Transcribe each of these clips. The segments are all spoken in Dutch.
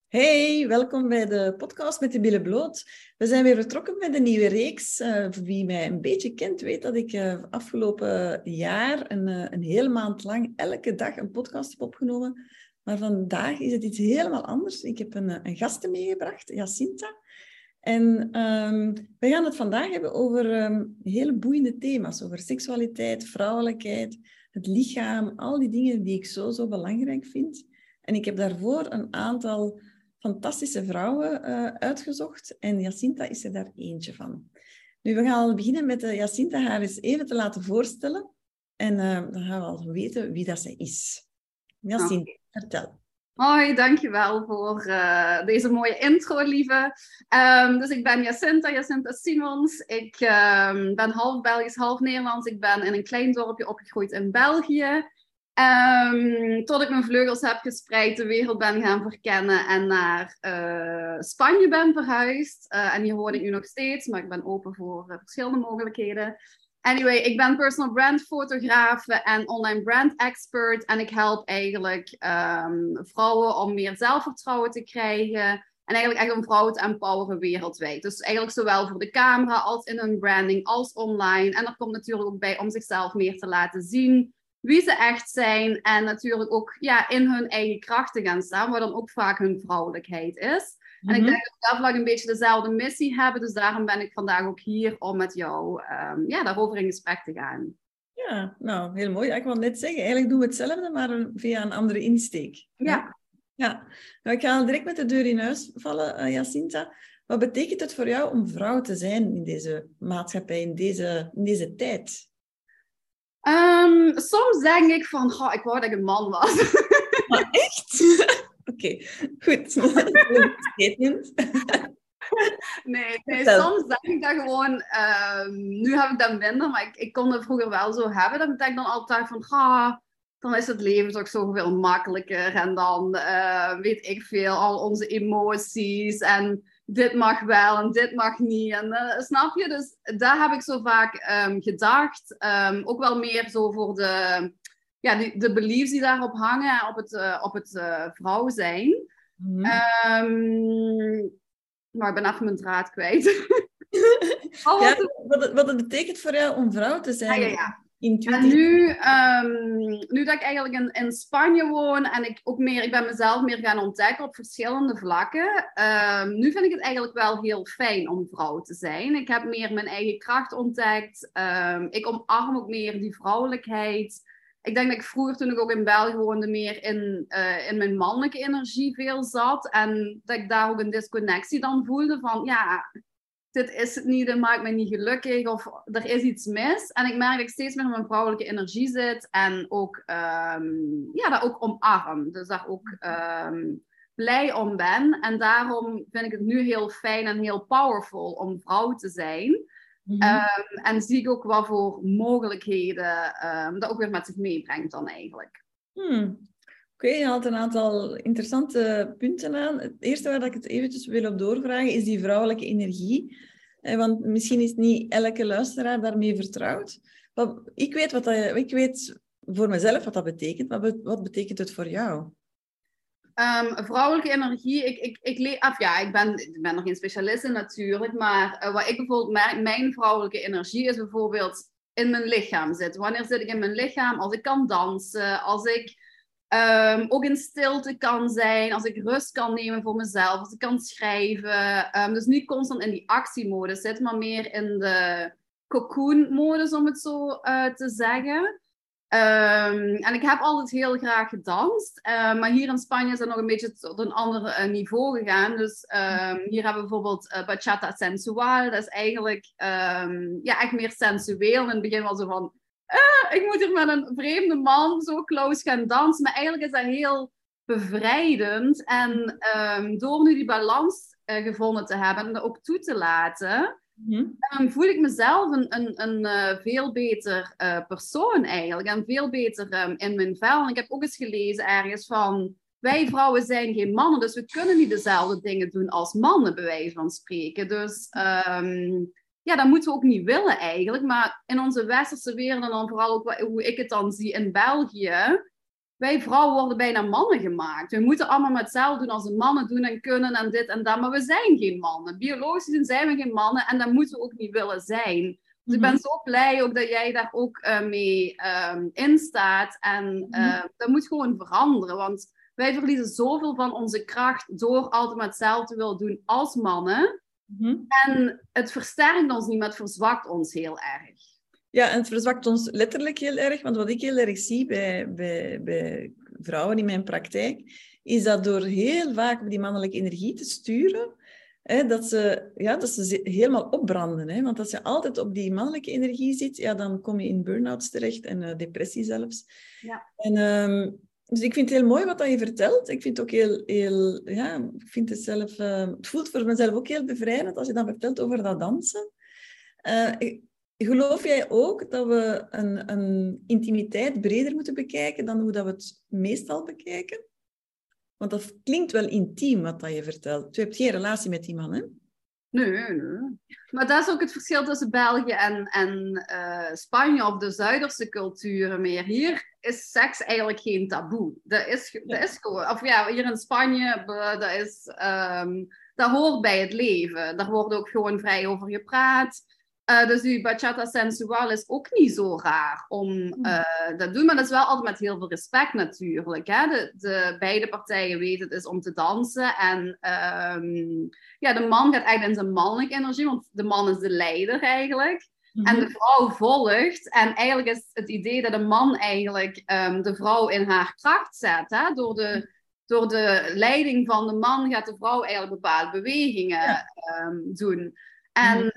Hey, welkom bij de podcast met de billen bloot. We zijn weer vertrokken met een nieuwe reeks. Wie mij een beetje kent, weet dat ik afgelopen jaar een hele maand lang elke dag een podcast heb opgenomen. Maar vandaag is het iets helemaal anders. Ik heb een gasten meegebracht, Jacinta. En we gaan het vandaag hebben over hele boeiende thema's. Over seksualiteit, vrouwelijkheid, het lichaam. Al die dingen die ik zo belangrijk vind. En ik heb daarvoor een aantal fantastische vrouwen uitgezocht. En Jacinta is er daar eentje van. Nu, we gaan al beginnen met Jacinta haar eens even te laten voorstellen. En dan gaan we al weten wie dat zij is. Jacinta, vertel. Hoi, dankjewel voor deze mooie intro, lieve. Dus ik ben Jacinta Simons. Ik ben half Belgisch, half Nederlands. Ik ben in een klein dorpje opgegroeid in België. Tot ik mijn vleugels heb gespreid, de wereld ben gaan verkennen en naar Spanje ben verhuisd. En hier woon ik nu nog steeds, maar ik ben open voor verschillende mogelijkheden. Anyway, ik ben personal brand fotograaf en online brand expert. En ik help eigenlijk vrouwen om meer zelfvertrouwen te krijgen. En eigenlijk echt om vrouwen te empoweren wereldwijd. Dus eigenlijk zowel voor de camera als in hun branding als online. En er komt natuurlijk ook bij om zichzelf meer te laten zien. Wie ze echt zijn. En natuurlijk ook in hun eigen kracht te gaan staan. Waar dan ook vaak hun vrouwelijkheid is. En ik denk dat we daarvan een beetje dezelfde missie hebben. Dus daarom ben ik vandaag ook hier om met jou daarover in gesprek te gaan. Ja, nou, heel mooi. Ik wil net zeggen, eigenlijk doen we hetzelfde, maar via een andere insteek. Ja. Ja. Nou, ik ga al direct met de deur in huis vallen, Jacinta. Wat betekent het voor jou om vrouw te zijn in deze maatschappij, in deze tijd? Soms denk ik van, ik wou dat ik een man was. Maar echt? Oké, goed. Nee, soms denk ik dat gewoon, nu heb ik dat minder, maar ik kon het vroeger wel zo hebben. Dat ik denk dan altijd van, dan is het leven toch zoveel makkelijker. En dan weet ik veel, al onze emoties en dit mag wel en dit mag niet. En, snap je? Dus daar heb ik zo vaak gedacht. Ook wel meer zo voor de beliefs die daarop hangen, op het vrouw zijn. Maar ik ben even mijn draad kwijt. Ja, wat het betekent voor jou om vrouw te zijn. Ja. In En nu dat ik eigenlijk in Spanje woon en ik ben mezelf meer gaan ontdekken op verschillende vlakken. Nu vind ik het eigenlijk wel heel fijn om vrouw te zijn. Ik heb meer mijn eigen kracht ontdekt. Ik omarm ook meer die vrouwelijkheid. Ik denk dat ik vroeger, toen ik ook in België woonde, meer in mijn mannelijke energie veel zat. En dat ik daar ook een disconnectie dan voelde van, dit is het niet, dit maakt me niet gelukkig of er is iets mis. En ik merk dat ik steeds meer in mijn vrouwelijke energie zit en ook, dat ook omarm. Dus daar ook blij om ben. En daarom vind ik het nu heel fijn en heel powerful om vrouw te zijn. En zie ik ook wat voor mogelijkheden dat ook weer met zich meebrengt dan eigenlijk. Oké, je haalt een aantal interessante punten aan. Het eerste waar ik het eventjes wil op doorvragen is die vrouwelijke energie. Want misschien is niet elke luisteraar daarmee vertrouwd. Ik weet voor mezelf wat dat betekent, maar wat betekent het voor jou? Vrouwelijke energie, ik ben nog geen specialist in natuurlijk, maar wat ik bijvoorbeeld merk, mijn vrouwelijke energie is bijvoorbeeld in mijn lichaam zitten. Wanneer zit ik in mijn lichaam? Als ik kan dansen, als ik ook in stilte kan zijn, als ik rust kan nemen voor mezelf, als ik kan schrijven. Dus niet constant in die actiemodus zitten, maar meer in de cocoon-modus, om het zo te zeggen. En ik heb altijd heel graag gedanst. Maar hier in Spanje is het nog een beetje tot een ander niveau gegaan. Dus hier hebben we bijvoorbeeld bachata sensual. Dat is eigenlijk echt meer sensueel. In het begin was het van, ik moet hier met een vreemde man zo close gaan dansen. Maar eigenlijk is dat heel bevrijdend. En door nu die balans gevonden te hebben en dat ook toe te laten, voel ik mezelf een veel beter persoon eigenlijk. En veel beter in mijn vel. En ik heb ook eens gelezen ergens van, wij vrouwen zijn geen mannen, dus we kunnen niet dezelfde dingen doen als mannen, bij wijze van spreken. Dus dat moeten we ook niet willen eigenlijk. Maar in onze westerse wereld, en dan vooral ook hoe ik het dan zie in België, wij vrouwen worden bijna mannen gemaakt. We moeten allemaal maar hetzelfde doen als de mannen doen en kunnen en dit en dat. Maar we zijn geen mannen. Biologisch gezien zijn we geen mannen en dat moeten we ook niet willen zijn. Dus ik ben zo blij ook dat jij daar ook mee in staat. En dat moet gewoon veranderen. Want wij verliezen zoveel van onze kracht door altijd maar hetzelfde te willen doen als mannen. En het versterkt ons niet, maar het verzwakt ons heel erg. Ja, en het verzwakt ons letterlijk heel erg. Want wat ik heel erg zie bij vrouwen in mijn praktijk, is dat door heel vaak op die mannelijke energie te sturen, dat ze helemaal opbranden. Hè? Want als je altijd op die mannelijke energie zit, ja, dan kom je in burn-outs terecht en depressie zelfs. Ja. En, dus ik vind het heel mooi wat je vertelt. Ik vind het ook ik vind het zelf, het voelt voor mezelf ook heel bevrijdend als je dan vertelt over dat dansen. Geloof jij ook dat we een intimiteit breder moeten bekijken dan hoe dat we het meestal bekijken? Want dat klinkt wel intiem wat dat je vertelt. Je hebt geen relatie met die man, hè? Nee. Maar dat is ook het verschil tussen België en Spanje of de Zuiderse culturen meer. Hier is seks eigenlijk geen taboe. Dat is gewoon... Of ja, hier in Spanje, dat hoort bij het leven. Daar wordt ook gewoon vrij over gepraat. Dus die bachata sensual is ook niet zo raar om dat te doen. Maar dat is wel altijd met heel veel respect natuurlijk. Hè? De beide partijen weten het is om te dansen. En de man gaat eigenlijk in zijn mannelijke energie. Want de man is de leider eigenlijk. En de vrouw volgt. En eigenlijk is het idee dat de man eigenlijk de vrouw in haar kracht zet. Hè? Door de leiding van de man gaat de vrouw eigenlijk bepaalde bewegingen doen. En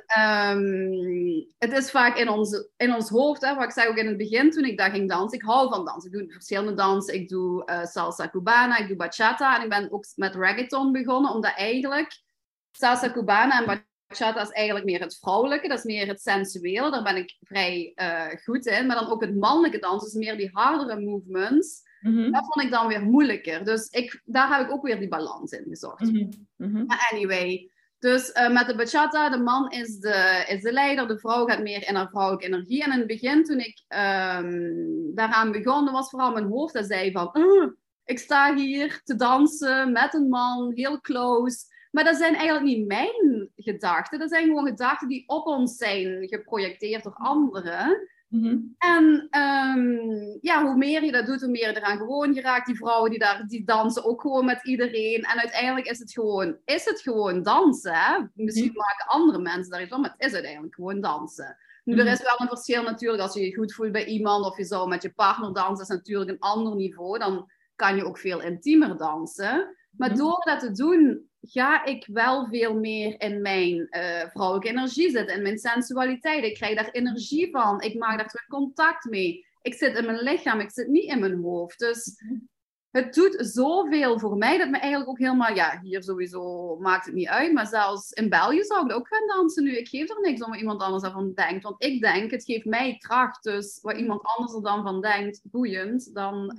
het is vaak in ons hoofd, hè, wat ik zei ook in het begin toen ik daar ging dansen. Ik hou van dansen. Ik doe verschillende dansen. Ik doe salsa cubana, ik doe bachata. En ik ben ook met reggaeton begonnen, omdat eigenlijk salsa cubana en bachata is eigenlijk meer het vrouwelijke. Dat is meer het sensuele. Daar ben ik vrij goed in. Maar dan ook het mannelijke dansen, dus meer die hardere movements. Dat vond ik dan weer moeilijker. Dus daar heb ik ook weer die balans in gezocht. Maar anyway... Dus met de bachata, de man is de leider, de vrouw gaat meer in haar vrouwelijke energie. En in het begin, toen ik daaraan begon, was vooral mijn hoofd dat zei van... ik sta hier te dansen met een man, heel close. Maar dat zijn eigenlijk niet mijn gedachten. Dat zijn gewoon gedachten die op ons zijn geprojecteerd door anderen. En hoe meer je dat doet, hoe meer je eraan gewoon geraakt. Die vrouwen die dansen ook gewoon met iedereen. En uiteindelijk is het gewoon dansen. Hè? Misschien maken andere mensen daar iets van, maar het is uiteindelijk gewoon dansen. Nu, er is wel een verschil natuurlijk als je je goed voelt bij iemand of je zou met je partner dansen. Dat is natuurlijk een ander niveau. Dan kan je ook veel intiemer dansen. Maar door dat te doen, ga ik wel veel meer in mijn vrouwelijke energie zitten, in mijn sensualiteit. Ik krijg daar energie van. Ik maak daar terug contact mee. Ik zit in mijn lichaam, ik zit niet in mijn hoofd. Dus het doet zoveel voor mij, dat me eigenlijk ook helemaal... Ja, hier sowieso maakt het niet uit, maar zelfs in België zou ik het ook gaan dansen nu. Ik geef er niks om wat iemand anders ervan denkt. Want ik denk, het geeft mij kracht. Dus wat iemand anders er dan van denkt, boeiend, dan...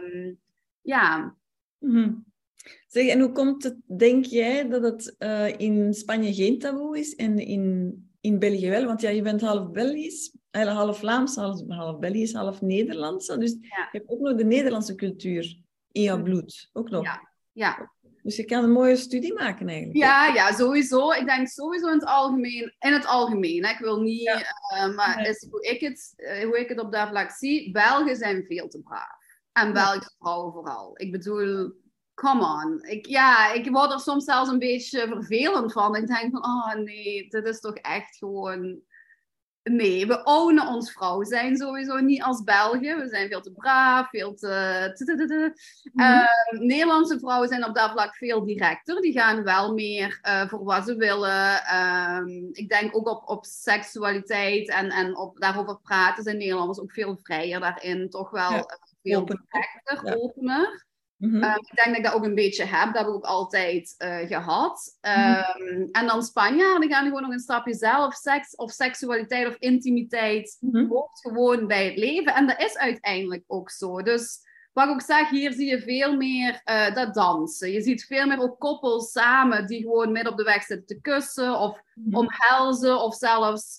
Zeg, en hoe komt het, denk jij, dat het in Spanje geen taboe is en in België wel? Want ja, je bent half Belgisch, half Vlaams, half Belgisch, half Nederlands. Dus je hebt ook nog de Nederlandse cultuur in jouw bloed. Ook nog. Ja. Dus je kan een mooie studie maken eigenlijk. Ja, sowieso. Ik denk sowieso in het algemeen. Hè. Ik wil niet... maar is hoe ik het op dat vlak zie, Belgen zijn veel te braaf. En Belgische vrouwen vooral. Ik bedoel... Come on. Ik word er soms zelfs een beetje vervelend van. Ik denk van, oh nee, dit is toch echt gewoon... Nee, we ownen ons vrouw zijn sowieso niet als België. We zijn veel te braaf, veel te... Nederlandse vrouwen zijn op dat vlak veel directer. Die gaan wel meer voor wat ze willen. Ik denk ook op seksualiteit en op daarover praten zijn Nederlanders ook veel vrijer daarin. Toch wel veel directer, opener. Ik denk dat ik dat ook een beetje heb. Dat heb ik ook altijd gehad. En dan Spanjaarden gaan gewoon nog een stapje zelf. Seks of seksualiteit of intimiteit hoort gewoon bij het leven. En dat is uiteindelijk ook zo. Dus wat ik ook zeg, hier zie je veel meer dat dansen. Je ziet veel meer ook koppels samen die gewoon midden op de weg zitten te kussen of omhelzen of zelfs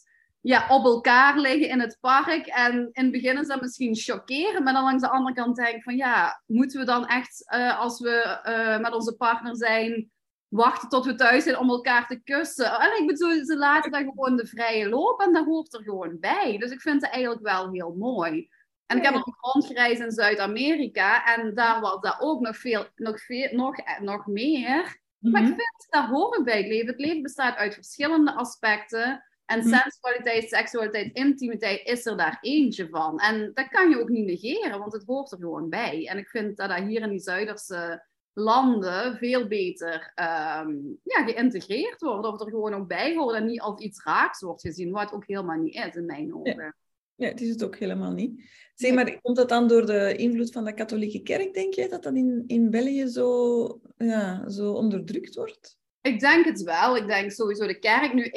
ja, op elkaar liggen in het park. En in het begin is dat misschien chockeren, maar dan langs de andere kant denk ik van ja, moeten we dan echt als we met onze partner zijn, wachten tot we thuis zijn om elkaar te kussen? En ik bedoel, ze laten dan gewoon de vrije loop en dat hoort er gewoon bij. Dus ik vind het eigenlijk wel heel mooi. En ik heb ook rondgereisd in Zuid-Amerika en daar was dat ook nog meer. Maar ik vind, dat hoort bij het leven. Het leven bestaat uit verschillende aspecten. En sensualiteit, seksualiteit, intimiteit is er daar eentje van. En dat kan je ook niet negeren, want het hoort er gewoon bij. En ik vind dat hier in die Zuiderse landen veel beter geïntegreerd wordt. Of er gewoon ook bij hoort en niet als iets raaks wordt gezien, wat ook helemaal niet is in mijn ogen. Ja, het is het ook helemaal niet. Zeg maar, komt dat dan door de invloed van de katholieke kerk, denk je, dat in België zo onderdrukt wordt? Ik denk het wel. Ik denk sowieso de kerk. Nu,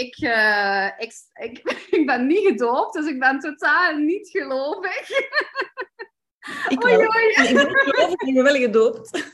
ik ben niet gedoopt, dus ik ben totaal niet gelovig. Ik wel. Ik ben niet gelovig, ik ben wel gedoopt.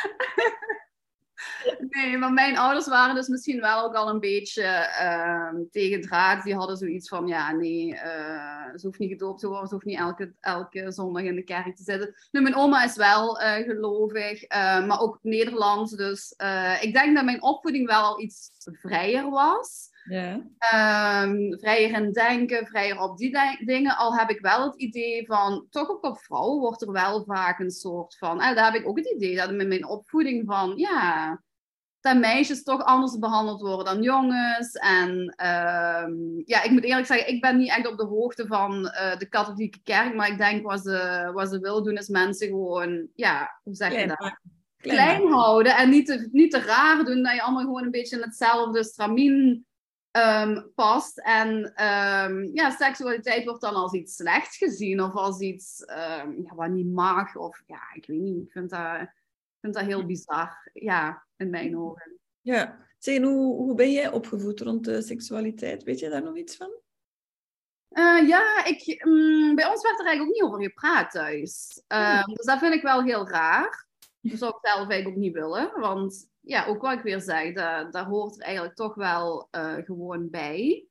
Nee, maar mijn ouders waren dus misschien wel ook al een beetje tegendraads. Die hadden zoiets van, ja, nee, ze hoeft niet gedoopt te worden. Ze hoeft niet elke zondag in de kerk te zitten. Nu, mijn oma is wel gelovig, maar ook Nederlands. Dus ik denk dat mijn opvoeding wel al iets vrijer was. Ja. Vrijer in denken, vrijer op die dingen. Al heb ik wel het idee van, toch ook op vrouwen wordt er wel vaak een soort van... daar heb ik ook het idee dat met mijn opvoeding van, ja... dat meisjes toch anders behandeld worden dan jongens. En ik moet eerlijk zeggen, ik ben niet echt op de hoogte van de katholieke kerk. Maar ik denk wat ze willen doen is mensen gewoon, ja, hoe zeg je dat? Klein houden en niet te raar doen. Dat je allemaal gewoon een beetje in hetzelfde stramien past. En seksualiteit wordt dan als iets slechts gezien. Of als iets wat niet mag. Of ja, ik weet niet. Ik vind dat heel bizar. Ja, in mijn ogen. Ja. Zeg, en hoe ben jij opgevoed rond de seksualiteit? Weet je daar nog iets van? Bij ons werd er eigenlijk ook niet over gepraat thuis. Dus dat vind ik wel heel raar. Dat zou ik zelf eigenlijk ook niet willen. Want ja, ook wat ik weer zeg, daar hoort er eigenlijk toch wel gewoon bij.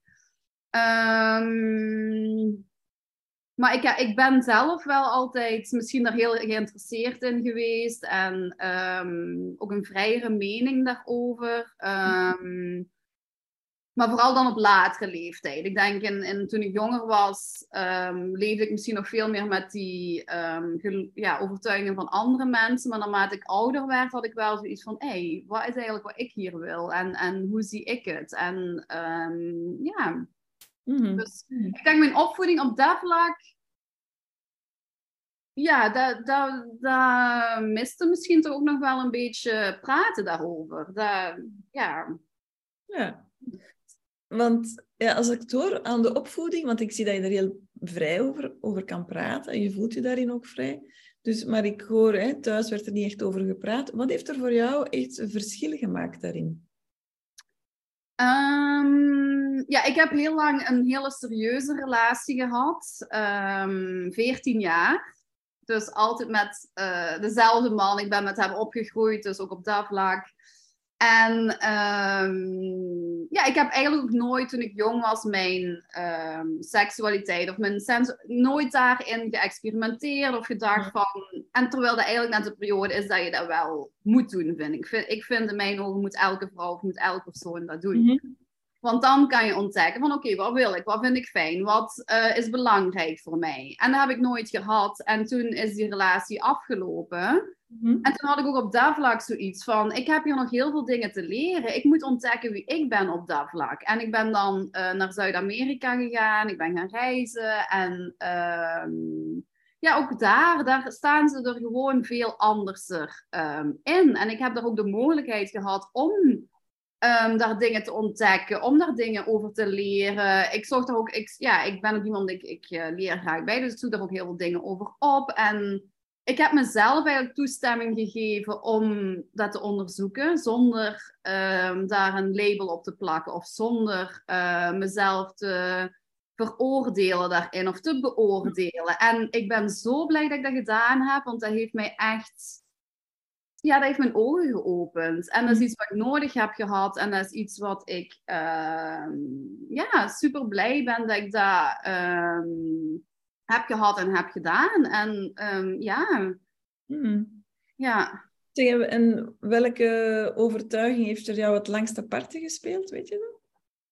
Maar ik ben zelf wel altijd misschien daar heel geïnteresseerd in geweest. En ook een vrijere mening daarover. Maar vooral dan op latere leeftijd. Ik denk toen ik jonger was, leefde ik misschien nog veel meer met die overtuigingen van andere mensen. Maar naarmate ik ouder werd, had ik wel zoiets van, hé, wat is eigenlijk wat ik hier wil? En hoe zie ik het? En Dus ik denk mijn opvoeding op dat vlak, ja, dat miste misschien toch ook nog wel een beetje praten daarover. Ja. Want ja, als ik het hoor aan de opvoeding, want ik zie dat je er heel vrij over kan praten en je voelt je daarin ook vrij. Dus, maar ik hoor, thuis werd er niet echt over gepraat. Wat heeft er voor jou echt een verschil gemaakt daarin? Ik heb heel lang een hele serieuze relatie gehad. 14 jaar. Dus altijd met dezelfde man. Ik ben met hem opgegroeid, dus ook op dat vlak. En ik heb eigenlijk ook nooit, toen ik jong was, mijn seksualiteit of mijn nooit daarin geëxperimenteerd of gedacht van... En terwijl dat eigenlijk net de periode is dat je dat wel moet doen, vind ik. Ik vind in mijn ogen moet elke vrouw of moet elke persoon dat doen. Mm-hmm. Want dan kan je ontdekken van oké, wat wil ik? Wat vind ik fijn? Wat is belangrijk voor mij? En dat heb ik nooit gehad. En toen is die relatie afgelopen. Mm-hmm. En toen had ik ook op dat vlak zoiets van, ik heb hier nog heel veel dingen te leren. Ik moet ontdekken wie ik ben op dat vlak. En ik ben dan naar Zuid-Amerika gegaan. Ik ben gaan reizen. En ook daar staan ze er gewoon veel anderser in. En ik heb daar ook de mogelijkheid gehad om daar dingen te ontdekken, om daar dingen over te leren. Ik zorg er ook, ik ben ook iemand, ik leer graag bij, dus ik zoek daar ook heel veel dingen over op. En ik heb mezelf eigenlijk toestemming gegeven om dat te onderzoeken, zonder daar een label op te plakken of zonder mezelf te veroordelen daarin of te beoordelen. En ik ben zo blij dat ik dat gedaan heb, want dat heeft mij echt ja, dat heeft mijn ogen geopend. En dat is iets wat ik nodig heb gehad. En dat is iets wat ik ja, super blij ben dat ik dat heb gehad en heb gedaan. En ja. Ja. Zeg, en welke overtuiging heeft er jou het langste parten gespeeld, weet je dat?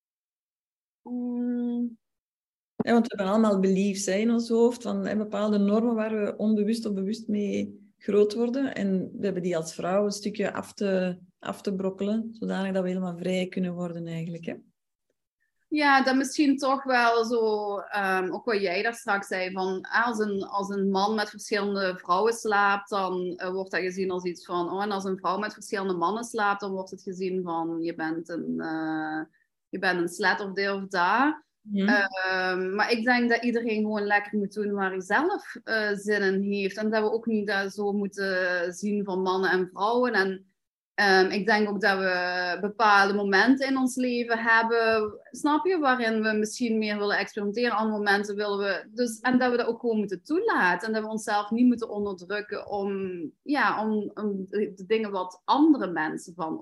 Ja, want we hebben allemaal beliefs in ons hoofd, van bepaalde normen waar we onbewust of bewust mee groot worden. En we hebben die als vrouw een stukje af te brokkelen, zodanig dat we helemaal vrij kunnen worden eigenlijk. Hè? Ja, dat misschien toch wel zo, ook wat jij daar straks zei, van als een man met verschillende vrouwen slaapt, dan wordt dat gezien als iets van, oh, en als een vrouw met verschillende mannen slaapt, dan wordt het gezien van, je bent een slet of dit of dat. Maar ik denk dat iedereen gewoon lekker moet doen waar hij zelf zin in heeft. En dat we ook niet dat zo moeten zien van mannen en vrouwen. En ik denk ook dat we bepaalde momenten in ons leven hebben, snap je, waarin we misschien meer willen experimenteren. Andere momenten willen we, dus, en dat we dat ook gewoon moeten toelaten. En dat we onszelf niet moeten onderdrukken om de dingen wat andere mensen van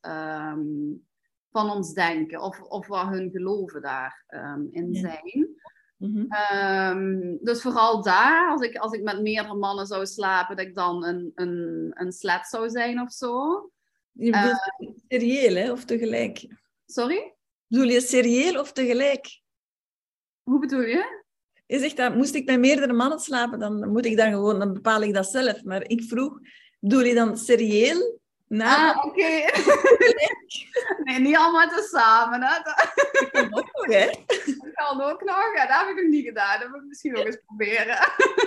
ons denken. Of wat hun geloven daarin zijn. Dus vooral daar, als ik met meerdere mannen zou slapen, dat ik dan een slet zou zijn of zo. Je bedoelt serieel, hè? Of tegelijk? Sorry? Bedoel je serieel of tegelijk? Hoe bedoel je? Je zegt dat, moest ik met meerdere mannen slapen, dan bepaal ik dat zelf. Maar ik vroeg, bedoel je dan serieel? Oké. Nee, niet allemaal tezamen. Hè? Dat kan ook nog, hè? Dat kan ook nog. Ja, dat heb ik nog niet gedaan. Dat moet ik misschien nog eens proberen.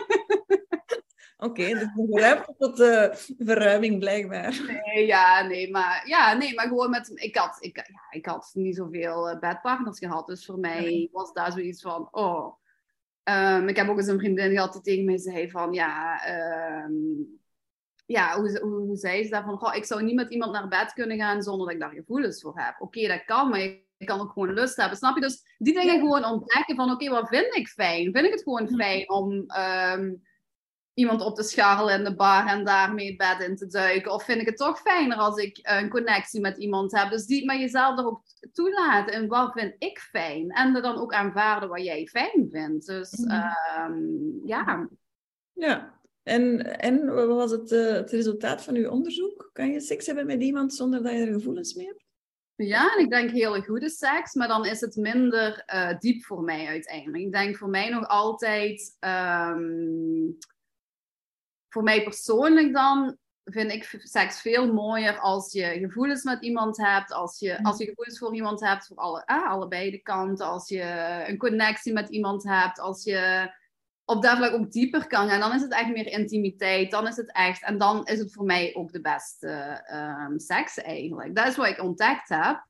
Oké, dus een ruimte tot verruiming blijkbaar. Nee, maar gewoon met... Ik had niet zoveel bedpartners gehad, dus voor mij was daar zoiets van, oh... ik heb ook eens een vriendin gehad die tegen mij zei van, hoe zei ze dat? Van, goh, ik zou niet met iemand naar bed kunnen gaan zonder dat ik daar gevoelens voor heb. Oké, dat kan, maar je kan ook gewoon lust hebben. Snap je? Dus die dingen gewoon ontdekken van, oké, wat vind ik fijn? Vind ik het gewoon fijn om iemand op te scharrelen in de bar en daarmee het bed in te duiken? Of vind ik het toch fijner als ik een connectie met iemand heb? Dus maar jezelf er ook toelaten en wat vind ik fijn? En er dan ook aanvaarden wat jij fijn vindt. Dus ja. Ja. En wat was het resultaat van uw onderzoek? Kan je seks hebben met iemand zonder dat je er gevoelens mee hebt? Ja, en ik denk hele goede seks, maar dan is het minder diep voor mij uiteindelijk. Ik denk voor mij nog altijd, voor mij persoonlijk dan, vind ik seks veel mooier als je gevoelens met iemand hebt, als je gevoelens voor iemand hebt, voor allebei de kanten, als je een connectie met iemand hebt, als je op dat vlak ook dieper kan gaan, dan is het echt meer intimiteit, dan is het echt, en dan is het voor mij ook de beste seks eigenlijk. Dat is wat ik ontdekt heb.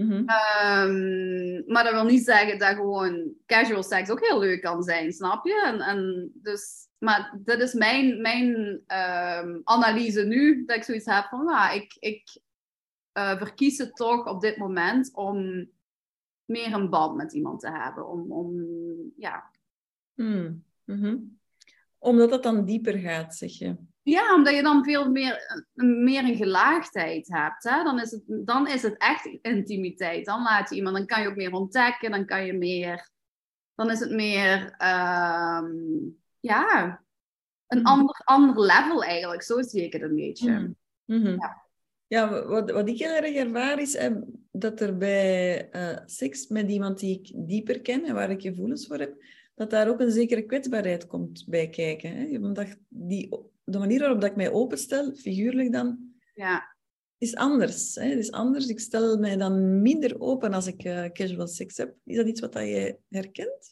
Maar dat wil niet zeggen dat gewoon casual seks ook heel leuk kan zijn, snap je? Maar dat is mijn analyse nu, dat ik zoiets heb van, ik verkies het toch op dit moment om meer een band met iemand te hebben. Omdat dat dan dieper gaat, zeg je? Ja, omdat je dan veel meer een gelaagdheid hebt. Hè? Dan is het echt intimiteit. Dan laat je iemand, dan kan je ook meer ontdekken, dan kan je meer... Dan is het meer... een ander level eigenlijk. Zo zie ik het een beetje. Ja, wat ik heel erg ervaar is dat er bij seks met iemand die ik dieper ken en waar ik gevoelens voor heb, dat daar ook een zekere kwetsbaarheid komt bij kijken. Hè? Omdat de manier waarop dat ik mij openstel, figuurlijk dan, is anders. Hè? Het is anders. Ik stel mij dan minder open als ik casual seks heb. Is dat iets wat je herkent?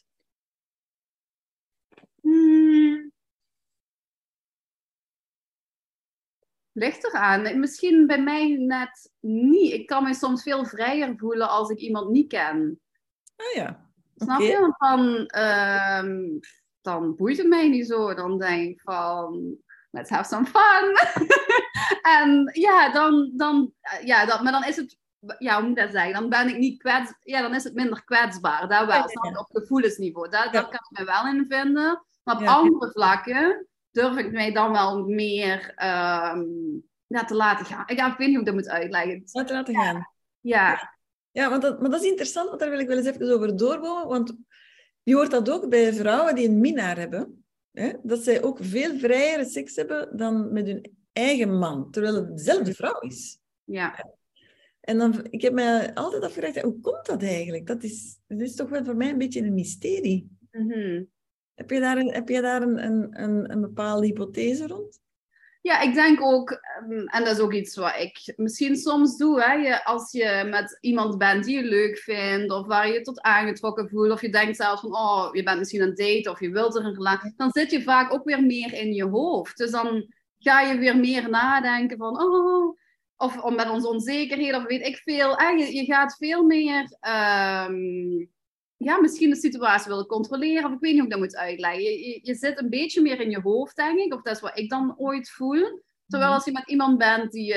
Ligt eraan. Misschien bij mij net niet. Ik kan me soms veel vrijer voelen als ik iemand niet ken. Ah ja. Snap je? Want dan boeit het mij niet zo. Dan denk ik van, let's have some fun. En maar dan is het, hoe moet ik dat zeggen? Dan ben ik niet dan is het minder kwetsbaar. Dat wel, snap je? Op gevoelensniveau. Daar kan ik me wel in vinden. Maar op andere vlakken durf ik mij dan wel meer te laten gaan. Ik weet niet hoe ik dat moet uitleggen. Laten gaan. Ja. Ja, maar dat is interessant, want daar wil ik wel eens even over doorbouwen. Want je hoort dat ook bij vrouwen die een minnaar hebben. Hè? Dat zij ook veel vrijere seks hebben dan met hun eigen man. Terwijl het dezelfde vrouw is. Ja. En dan, ik heb me altijd afgevraagd, hoe komt dat eigenlijk? Dat is toch wel voor mij een beetje een mysterie. Mm-hmm. Heb je daar een bepaalde hypothese rond? Ja, ik denk ook, en dat is ook iets wat ik misschien soms doe, hè, als je met iemand bent die je leuk vindt, of waar je je tot aangetrokken voelt, of je denkt zelfs van, oh, je bent misschien aan het daten, of je wilt er een relatie, dan zit je vaak ook weer meer in je hoofd. Dus dan ga je weer meer nadenken van, oh, of met onze onzekerheden, of weet ik veel. Je gaat veel meer... misschien de situatie willen controleren. Of ik weet niet hoe ik dat moet uitleggen. Je zit een beetje meer in je hoofd, denk ik. Of dat is wat ik dan ooit voel. Terwijl als je met iemand bent die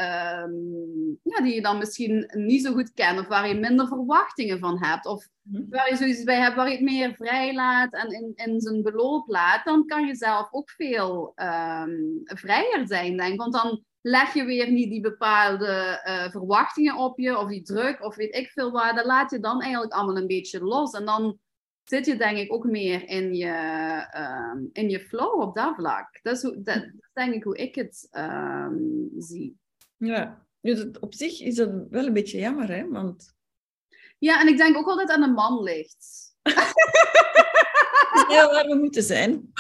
je dan misschien niet zo goed kent. Of waar je minder verwachtingen van hebt. Of waar je zoiets bij hebt, waar je het meer vrij laat en in zijn beloop laat. Dan kan je zelf ook veel vrijer zijn, denk ik. Want dan leg je weer niet die bepaalde verwachtingen op je, of die druk, of weet ik veel waar. Dat laat je dan eigenlijk allemaal een beetje los. En dan zit je denk ik ook meer in je flow op dat vlak. Dat is denk ik hoe ik het zie. Ja, dus op zich is dat wel een beetje jammer, hè? Want... Ja, en ik denk ook wel dat het aan de man ligt. Dat is heel waar we moeten zijn.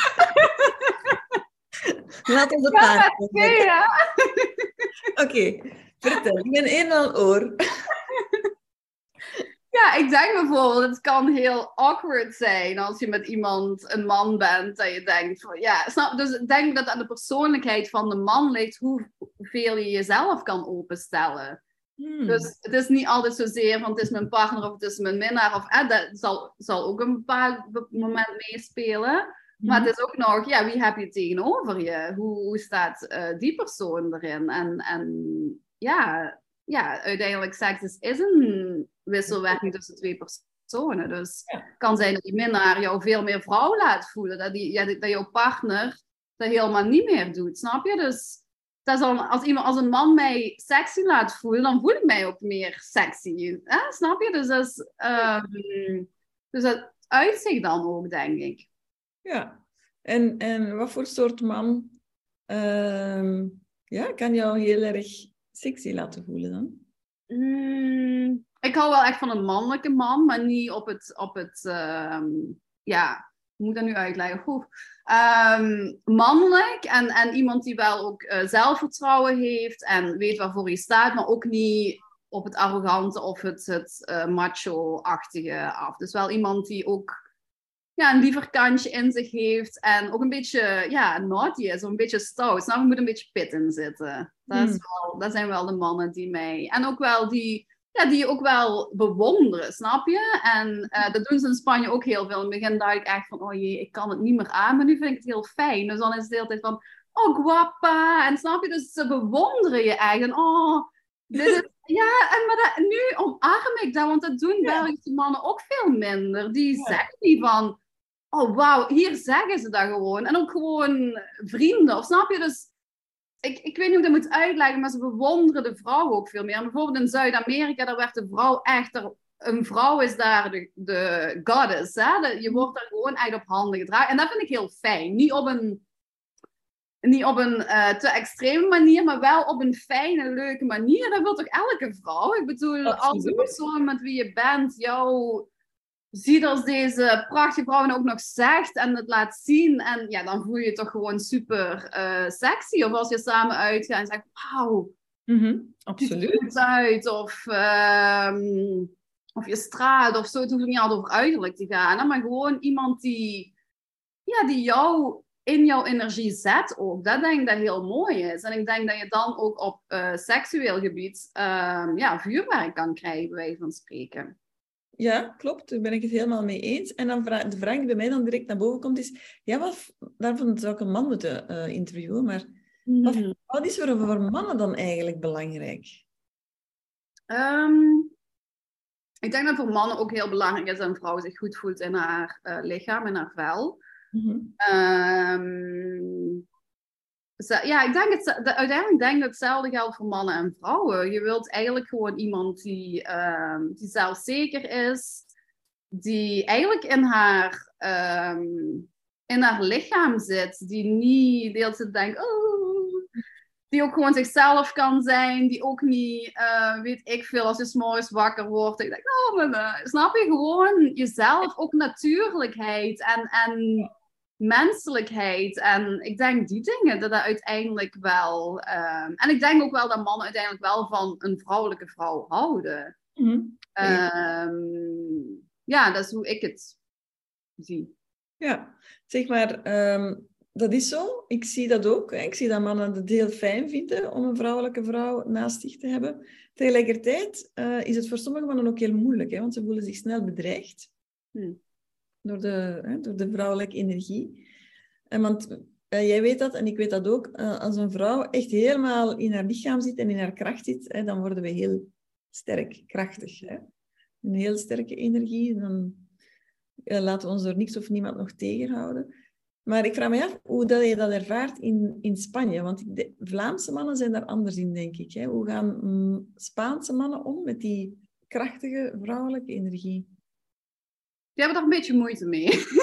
Laat ons de paard. Oké, vertel. Ik ben eenmaal oor. Ja, ik denk bijvoorbeeld, het kan heel awkward zijn als je met iemand, een man bent, dat je denkt van, ja, snap, dus ik denk dat het aan de persoonlijkheid van de man ligt, hoeveel je jezelf kan openstellen. Dus het is niet altijd zozeer van, het is mijn partner of het is mijn minnaar, of dat zal ook een bepaald moment meespelen. Maar het is ook nog, wie heb je tegenover je? Hoe staat die persoon erin? En uiteindelijk seks is een wisselwerking tussen twee personen. Dus het kan zijn dat die minnaar jou veel meer vrouw laat voelen. Dat jouw partner dat helemaal niet meer doet, snap je? Dus dat is als een man mij sexy laat voelen, dan voel ik mij ook meer sexy. Snap je? Dus dat uit zich dan ook, denk ik. Ja, en wat voor soort man kan jou heel erg sexy laten voelen dan? Ik hou wel echt van een mannelijke man, maar niet op het hoe moet ik dat nu uitleggen? Mannelijk en iemand die wel ook zelfvertrouwen heeft en weet waarvoor je staat, maar ook niet op het arrogante of het macho-achtige af. Dus wel iemand die ook een liever kantje in zich heeft en ook een beetje naughty is, of een beetje stout. Nou, er moet een beetje pit in zitten. Dat zijn wel de mannen die mij... En ook wel die je ook wel bewonderen, snap je? En dat doen ze in Spanje ook heel veel. In het begin dacht ik echt van, oh jee, ik kan het niet meer aan, maar nu vind ik het heel fijn. Dus dan is het de hele tijd van, oh guapa, en snap je? Dus ze bewonderen je echt. En oh, dit is... nu omarm ik dat, want dat doen Belgische mannen ook veel minder. Die zeggen niet van, oh wauw, hier zeggen ze dat gewoon. En ook gewoon vrienden, of snap je? Dus ik weet niet hoe ik dat moet uitleggen, maar ze bewonderen de vrouw ook veel meer. En bijvoorbeeld in Zuid-Amerika, daar werd de vrouw echt... Een vrouw is daar de goddess. Hè? Je wordt daar gewoon echt op handen gedragen. En dat vind ik heel fijn. Niet op een te extreme manier, maar wel op een fijne, leuke manier. Dat wil toch elke vrouw? Ik bedoel, als de persoon met wie je bent jou ziet als deze prachtige vrouw en ook nog zegt en het laat zien. En dan voel je je toch gewoon super sexy. Of als je samen uitgaat en zegt, wauw, absoluut. Ziet er goed uit. Of je straalt of zo. Het hoeft niet altijd over uiterlijk te gaan. Hè? Maar gewoon iemand die jou in jouw energie zet ook. Dat denk ik dat heel mooi is. En ik denk dat je dan ook op seksueel gebied vuurwerk kan krijgen, bij wijze van spreken. Ja, klopt. Daar ben ik het helemaal mee eens. En dan de vraag die bij mij dan direct naar boven komt is... daarvan zou ik een man moeten interviewen, maar wat is er voor mannen dan eigenlijk belangrijk? Ik denk dat voor mannen ook heel belangrijk is dat een vrouw zich goed voelt in haar lichaam, in haar vel. Ja, ik denk uiteindelijk denk ik dat hetzelfde geldt voor mannen en vrouwen. Je wilt eigenlijk gewoon iemand die zelfzeker is, die eigenlijk in haar lichaam zit, die niet de hele tijd denkt, oh, die ook gewoon zichzelf kan zijn, die ook niet, weet ik veel, als je 's morgens wakker wordt, ik denk, oh, snap je, gewoon jezelf, ook natuurlijkheid en menselijkheid. En ik denk die dingen, dat uiteindelijk wel... en ik denk ook wel dat mannen uiteindelijk wel van een vrouwelijke vrouw houden. Mm-hmm. Ja, dat is hoe ik het zie. Ja, zeg maar, dat is zo. Ik zie dat ook. Hè. Ik zie dat mannen het heel fijn vinden om een vrouwelijke vrouw naast zich te hebben. Tegelijkertijd is het voor sommige mannen ook heel moeilijk, hè, want ze voelen zich snel bedreigd. Door de vrouwelijke energie. Want jij weet dat en ik weet dat ook. Als een vrouw echt helemaal in haar lichaam zit en in haar kracht zit, dan worden we heel sterk, krachtig. Hè? Een heel sterke energie. Dan laten we ons door niks of niemand nog tegenhouden. Maar ik vraag me af hoe dat je dat ervaart in Spanje. Want de Vlaamse mannen zijn daar anders in, denk ik. Hè? Hoe gaan Spaanse mannen om met die krachtige vrouwelijke energie? Die hebben er een beetje moeite mee.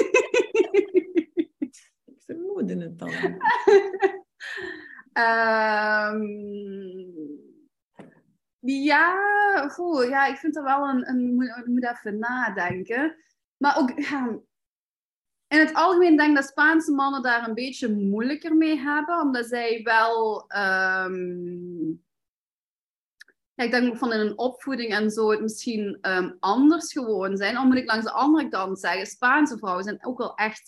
Ik vermoedde het dan. Ja, ik vind dat wel ik moet even nadenken. Maar ook, in het algemeen denk ik dat Spaanse mannen daar een beetje moeilijker mee hebben, omdat zij wel... ik denk ook van in een opvoeding en zo het misschien anders gewoon zijn. Al moet ik langs de andere kant zeggen, Spaanse vrouwen zijn ook wel echt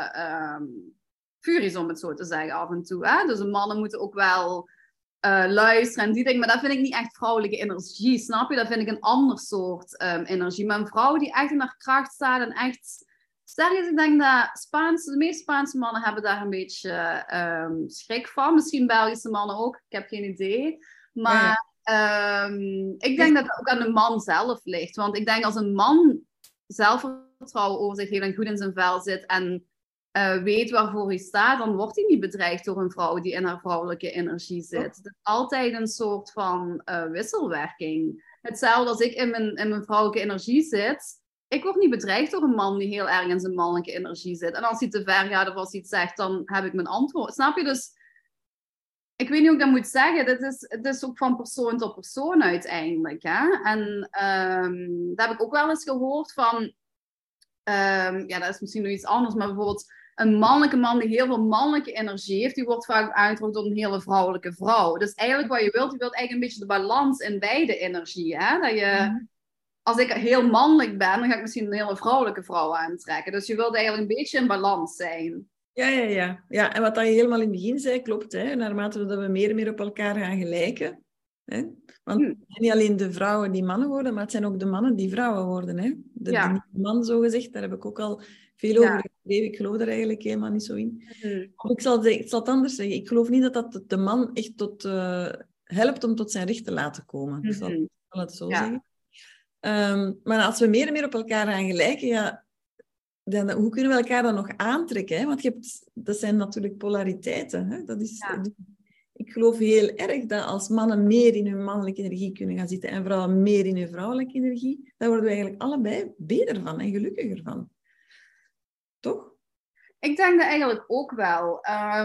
furies, om het zo te zeggen, af en toe. Hè? Dus de mannen moeten ook wel luisteren en die dingen. Maar dat vind ik niet echt vrouwelijke energie, snap je? Dat vind ik een ander soort energie. Maar een vrouw die echt in haar kracht staat en echt... Sterk, ik denk dat de meeste Spaanse mannen hebben daar een beetje schrik van. Misschien Belgische mannen ook, ik heb geen idee. Maar... Ja. Ik denk dat het ook aan de man zelf ligt. Want ik denk als een man zelfvertrouwen over zich heeft en goed in zijn vel zit en weet waarvoor hij staat, dan wordt hij niet bedreigd door een vrouw die in haar vrouwelijke energie zit. Het is altijd een soort van wisselwerking. Hetzelfde als ik in mijn vrouwelijke energie zit. Ik word niet bedreigd door een man die heel erg in zijn mannelijke energie zit. En als hij te ver gaat of als hij iets zegt, dan heb ik mijn antwoord. Snap je? Dus ik weet niet hoe ik dat moet zeggen. Het is ook van persoon tot persoon uiteindelijk. Hè? En daar heb ik ook wel eens gehoord van... dat is misschien nog iets anders. Maar bijvoorbeeld een mannelijke man die heel veel mannelijke energie heeft... die wordt vaak uitgevoerd door een hele vrouwelijke vrouw. Dus eigenlijk wat je wilt eigenlijk een beetje de balans in beide energieën. Hè? Dat je... Als ik heel mannelijk ben, dan ga ik misschien een hele vrouwelijke vrouw aantrekken. Dus je wilt eigenlijk een beetje in balans zijn. Ja, en wat je helemaal in het begin zei, klopt. Hè? Naarmate dat we meer en meer op elkaar gaan gelijken. Hè? Want het zijn niet alleen de vrouwen die mannen worden, maar het zijn ook de mannen die vrouwen worden. Hè? De man, zogezegd, daar heb ik ook al veel over geschreven. Ik geloof er eigenlijk helemaal niet zo in. Ik zal het anders zeggen. Ik geloof niet dat de man echt helpt om tot zijn recht te laten komen. Ik zal het zo zeggen. Maar als we meer en meer op elkaar gaan gelijken, dan, hoe kunnen we elkaar dan nog aantrekken? Hè? Want dat zijn natuurlijk polariteiten. Hè? Ik geloof heel erg dat als mannen meer in hun mannelijke energie kunnen gaan zitten en vrouwen meer in hun vrouwelijke energie, dan worden we eigenlijk allebei beter van en gelukkiger van. Toch? Ik denk dat eigenlijk ook wel.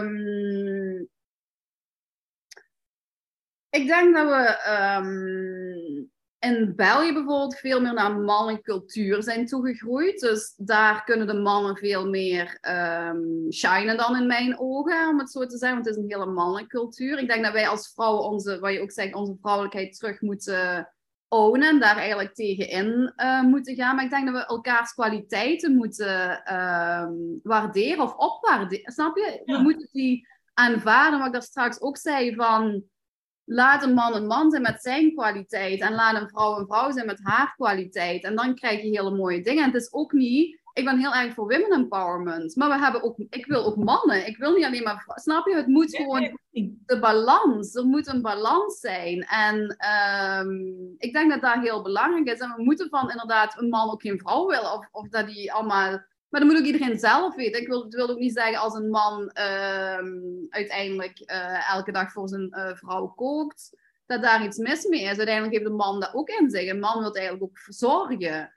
Ik denk dat we... in België bijvoorbeeld veel meer naar mannelijke cultuur zijn toegegroeid. Dus daar kunnen de mannen veel meer shinen dan in mijn ogen, om het zo te zeggen. Want het is een hele mannelijke cultuur. Ik denk dat wij als vrouwen wat je ook zegt, onze vrouwelijkheid terug moeten ownen. En daar eigenlijk tegenin moeten gaan. Maar ik denk dat we elkaars kwaliteiten moeten waarderen of opwaarderen. Snap je? We moeten die aanvaarden, wat ik daar straks ook zei, van... Laat een man zijn met zijn kwaliteit. En laat een vrouw zijn met haar kwaliteit. En dan krijg je hele mooie dingen. En het is ook niet... Ik ben heel erg voor women empowerment. Maar ik wil ook mannen. Ik wil niet alleen maar... Snap je? Het moet gewoon... De balans. Er moet een balans zijn. En ik denk dat dat heel belangrijk is. En we moeten van inderdaad een man ook geen vrouw willen. Of dat die allemaal Maar dat moet ook iedereen zelf weten. Het wil ook niet zeggen als een man uiteindelijk elke dag voor zijn vrouw kookt, dat daar iets mis mee is. Uiteindelijk heeft de man dat ook in zich. Een man wil eigenlijk ook verzorgen.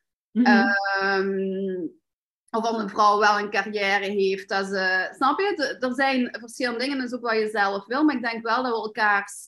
Of als een vrouw wel een carrière heeft. Dat ze, snap je? Er zijn verschillende dingen. Dat is ook wat je zelf wil. Maar ik denk wel dat we elkaars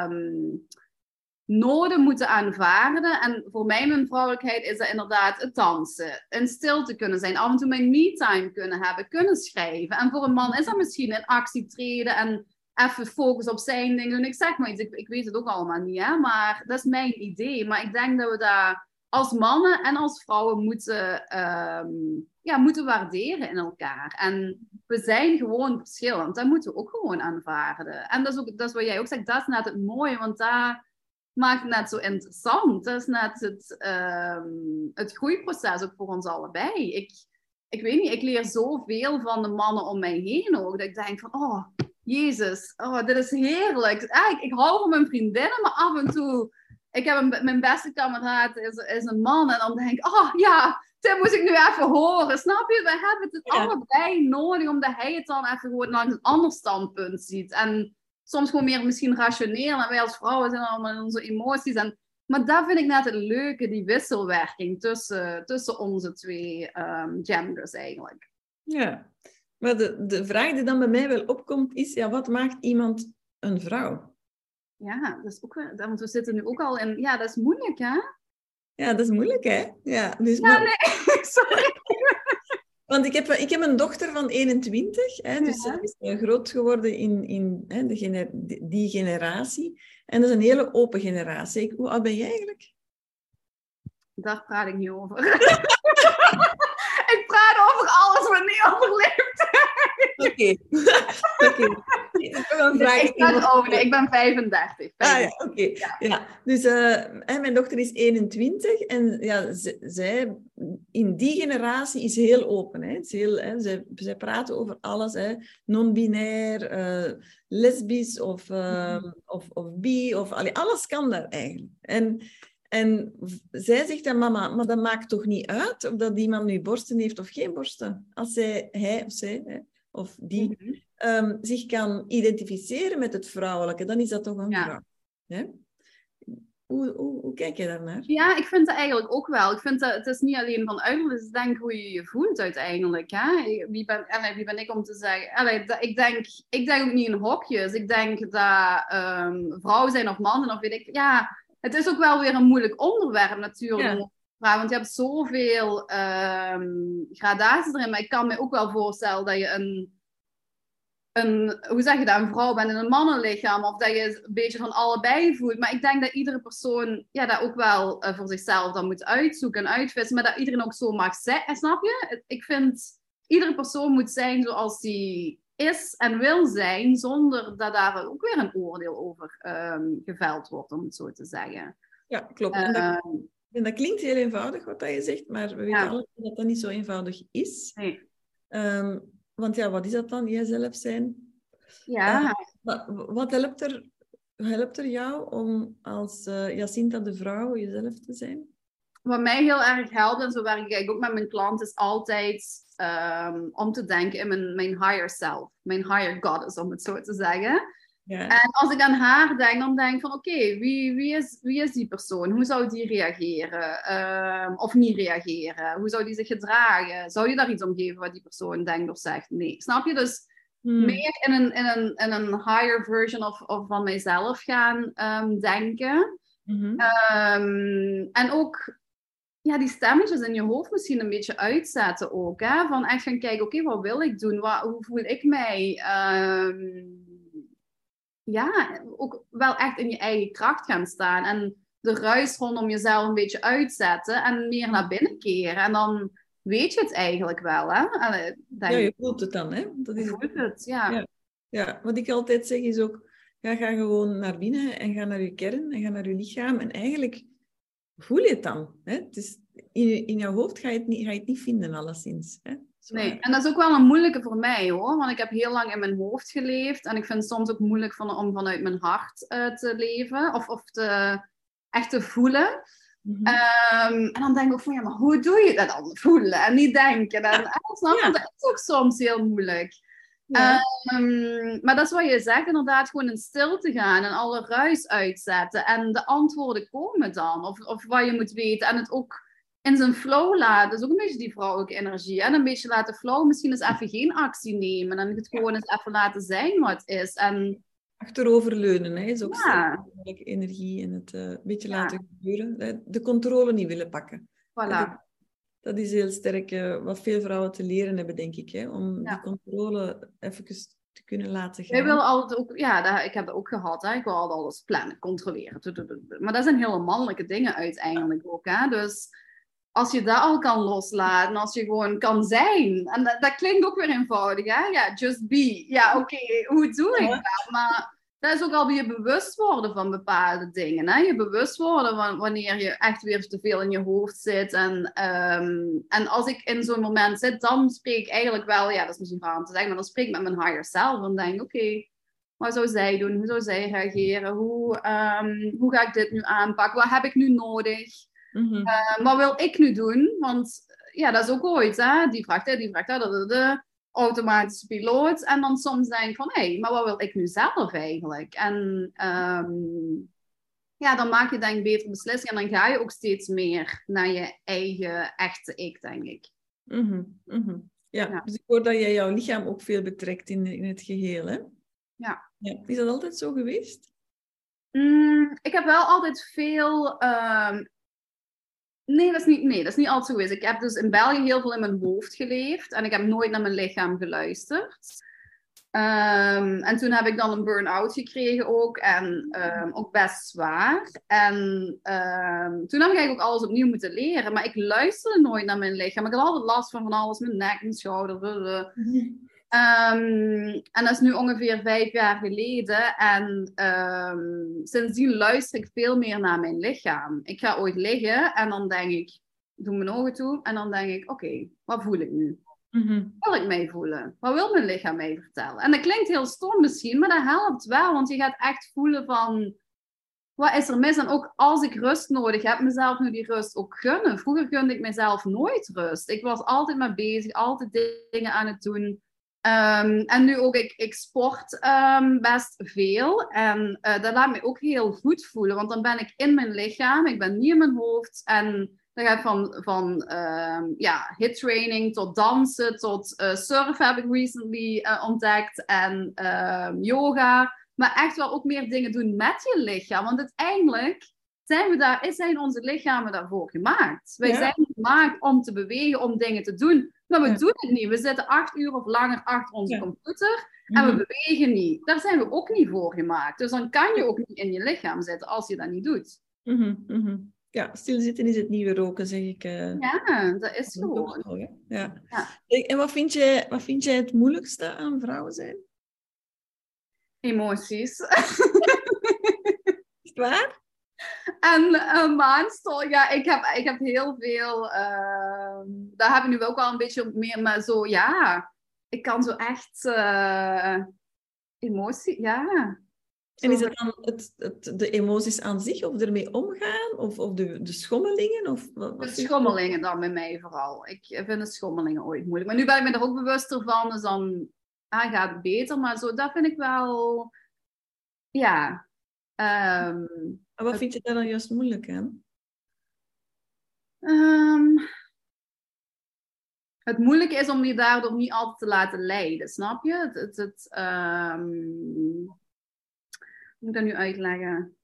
noden moeten aanvaarden. En voor mij, mijn vrouwelijkheid, is dat inderdaad het dansen. In stilte kunnen zijn. Af en toe mijn me-time kunnen hebben. Kunnen schrijven. En voor een man is dat misschien in actie treden. En even focus op zijn dingen doen. Ik zeg maar iets. Ik weet het ook allemaal niet. Hè? Maar dat is mijn idee. Maar ik denk dat we daar als mannen en als vrouwen moeten waarderen in elkaar. En we zijn gewoon verschillend. Dat moeten we ook gewoon aanvaarden. En dat is wat jij ook zegt. Dat is net het mooie. Want daar maakt het net zo interessant. Dat is net het groeiproces ook voor ons allebei. Ik weet niet, ik leer zoveel van de mannen om mij heen ook. Dat ik denk van, oh, Jezus, oh, dit is heerlijk. Ik hou van mijn vriendinnen, maar af en toe... Ik heb mijn beste kameraad is een man. En dan denk ik, oh ja, dit moet ik nu even horen. Snap je? We hebben het allebei nodig, omdat hij het dan even gewoon langs een ander standpunt ziet. En soms gewoon meer misschien rationeel. En wij als vrouwen zijn allemaal in onze emoties. Maar dat vind ik net het leuke, die wisselwerking tussen onze twee genders eigenlijk. Ja, maar de vraag die dan bij mij wel opkomt is, ja, wat maakt iemand een vrouw? Ja, dat is ook wel, want we zitten nu ook al in... Ja, dat is moeilijk, hè? Ja, dat is moeilijk, hè? Ja, dus nee, sorry. Want ik heb een dochter van 21, hè, dus ze is groot geworden in die generatie. En dat is een hele open generatie. Hoe oud ben jij eigenlijk? Daar praat ik niet over. Ik praat over alles wat niet overleeft. Oké. Ik ben 35. Oké. Ja. Dus mijn dochter is 21 en ja, zij in die generatie is heel open. Hè. Het is heel, zij praten over alles. Hè. Non-binair, lesbisch of bi. Alles kan daar eigenlijk. En zij zegt aan mama, maar dat maakt toch niet uit of dat iemand nu borsten heeft of geen borsten. Als hij of zij of die zich kan identificeren met het vrouwelijke, dan is dat toch een vrouw. Hè? Hoe kijk je daarnaar? Ja, ik vind het eigenlijk ook wel. Ik vind dat het is niet alleen van uiterlijk, het is denk hoe je je voelt uiteindelijk. Hè? Wie ben ik om te zeggen? Ik denk ook niet in hokjes. Ik denk dat vrouwen zijn of mannen of weet ik... Ja, het is ook wel weer een moeilijk onderwerp natuurlijk. Ja. Want je hebt zoveel gradaties erin. Maar ik kan me ook wel voorstellen dat je hoe zeg je dat, een vrouw bent in een mannenlichaam. Of dat je een beetje van allebei voelt. Maar ik denk dat iedere persoon dat ook wel voor zichzelf dan moet uitzoeken en uitvissen. Maar dat iedereen ook zo mag zijn. Snap je? Ik vind, iedere persoon moet zijn zoals die is en wil zijn, zonder dat daar ook weer een oordeel over geveld wordt, om het zo te zeggen. Ja, klopt. En dat klinkt heel eenvoudig wat je zegt, maar we weten allemaal dat dat niet zo eenvoudig is. Nee. Want ja, wat is dat dan, jijzelf zijn? Ja. Wat helpt er jou om als Jacinta de vrouw jezelf te zijn? Wat mij heel erg helpt, en zo werk ik ook met mijn klant, is altijd om te denken in mijn higher self. Mijn higher goddess, om het zo te zeggen. Ja. En als ik aan haar denk, dan denk ik van oké, wie is die persoon? Hoe zou die reageren? Of niet reageren? Hoe zou die zich gedragen? Zou je daar iets om geven wat die persoon denkt of zegt? Nee. Snap je? Dus meer in een higher version of van mijzelf gaan denken. En ook die stemmetjes in je hoofd misschien een beetje uitzetten ook. Hè? Van echt gaan kijken, oké, wat wil ik doen? Hoe voel ik mij? Ook wel echt in je eigen kracht gaan staan. En de ruis rondom jezelf een beetje uitzetten. En meer naar binnen keren. En dan weet je het eigenlijk wel. Hè? Je voelt het dan, hè? Dat is voelt het, ja. Ja, wat ik altijd zeg is ook... ga gewoon naar binnen en ga naar je kern. En ga naar je lichaam. En eigenlijk voel je het dan. Hè? Het is, in jouw hoofd ga je het niet vinden, alleszins. Hè? Nee, en dat is ook wel een moeilijke voor mij, hoor. Want ik heb heel lang in mijn hoofd geleefd. En ik vind het soms ook moeilijk om vanuit mijn hart te leven. Of echt te voelen. En dan denk ik ook van, ja, maar hoe doe je dat dan? Voelen en niet denken. En snap je, dat is ook soms heel moeilijk. Ja. Maar dat is wat je zegt, inderdaad, gewoon in stilte gaan en alle ruis uitzetten. En de antwoorden komen dan, of wat je moet weten. En het ook in zijn flow laten. Dat is ook een beetje die vrouwelijke energie. En een beetje laten flow, misschien eens even geen actie nemen. En het gewoon eens even laten zijn wat het is. En Achteroverleunen, hè, is ook sterk. ja, Vrouwelijke energie en het een beetje ja, laten gebeuren. De controle niet willen pakken. voilà. Dat is heel sterk wat veel vrouwen te leren hebben, denk ik. Hè? Om die Ja. controle even te kunnen laten Wij gaan. willen altijd ook, ja, ik heb dat ook gehad. Hè. Ik wil altijd alles plannen, controleren. Maar dat zijn hele mannelijke dingen uiteindelijk ook. Hè. Dus als je dat al kan loslaten, als je gewoon kan zijn. En dat klinkt ook weer eenvoudig, hè? Ja, just be. Ja, oké, hoe doe ik dat? Maar dat is ook alweer bewust worden van bepaalde dingen. Hè? Je bewust worden van wanneer je echt weer te veel in je hoofd zit. En als ik in zo'n moment zit, dan spreek ik eigenlijk wel, ja, dat is misschien raar om te zeggen, maar dan spreek ik met mijn higher self. Dan denk ik, oké, wat zou zij doen? Hoe zou zij reageren? Hoe ga ik dit nu aanpakken? Wat heb ik nu nodig? Wat wil ik nu doen? Want ja, dat is ook ooit, hè? Die vraagt de automatische piloot. En dan soms denk ik van, hé, maar wat wil ik nu zelf eigenlijk? En ja, dan maak je denk ik betere beslissingen. En dan ga je ook steeds meer naar je eigen echte ik, denk ik. Ja, dus ik hoor dat jij jouw lichaam ook veel betrekt in het geheel, hè? Ja. Is dat altijd zo geweest? Ik heb wel altijd veel... Nee, dat is niet altijd zo geweest. Ik heb dus in België heel veel in mijn hoofd geleefd. En ik heb nooit naar mijn lichaam geluisterd. En toen heb ik dan een burn-out gekregen ook. En ook best zwaar. En toen heb ik eigenlijk ook alles opnieuw moeten leren. Maar ik luisterde nooit naar mijn lichaam. Ik had altijd last van alles. Mijn nek, mijn schouder. En dat is nu ongeveer 5 jaar geleden. En sindsdien luister ik veel meer naar mijn lichaam. Ik ga ooit liggen en dan denk ik, ik doe mijn ogen toe. En dan denk ik, oké, wat voel ik nu? Wat wil ik mee voelen? Wat wil mijn lichaam mij vertellen? En dat klinkt heel stom misschien, maar dat helpt wel. Want je gaat echt voelen van, wat is er mis? En ook als ik rust nodig heb, mezelf nu die rust ook gunnen. Vroeger gunde ik mezelf nooit rust. Ik was altijd maar bezig, altijd dingen aan het doen. En nu ook, ik sport best veel. En dat laat me ook heel goed voelen. Want dan ben ik in mijn lichaam. Ik ben niet in mijn hoofd. En dan gaat van hit training tot dansen, tot surfen heb ik recently ontdekt. En yoga. Maar echt wel ook meer dingen doen met je lichaam. Want uiteindelijk zijn onze lichamen daarvoor gemaakt. Wij zijn gemaakt om te bewegen, om dingen te doen. Maar we doen het niet. We zitten 8 uur of langer achter onze computer en we bewegen niet. Daar zijn we ook niet voor gemaakt. Dus dan kan je ook niet in je lichaam zitten als je dat niet doet. Ja, stilzitten is het nieuwe roken, zeg ik. Ja, dat is gewoon. Zo, ja. En wat vind jij het moeilijkste aan vrouwen zijn? Emoties. Is het waar? En maanstol, ja, ik heb heel veel, daar heb ik nu ook wel een beetje meer, maar zo, ja, ik kan zo echt emotie, ja. En is het dan de emoties aan zich, of ermee omgaan, of de schommelingen? Of de schommelingen dan bij mij vooral. Ik vind de schommelingen ooit moeilijk. Maar nu ben ik me er ook bewuster van, dus dan gaat het beter. Maar zo, dat vind ik wel, ja. Wat vind je daar dan juist moeilijk aan? Het moeilijke is om je daardoor niet altijd te laten leiden, snap je? Hoe moet ik dat nu uitleggen?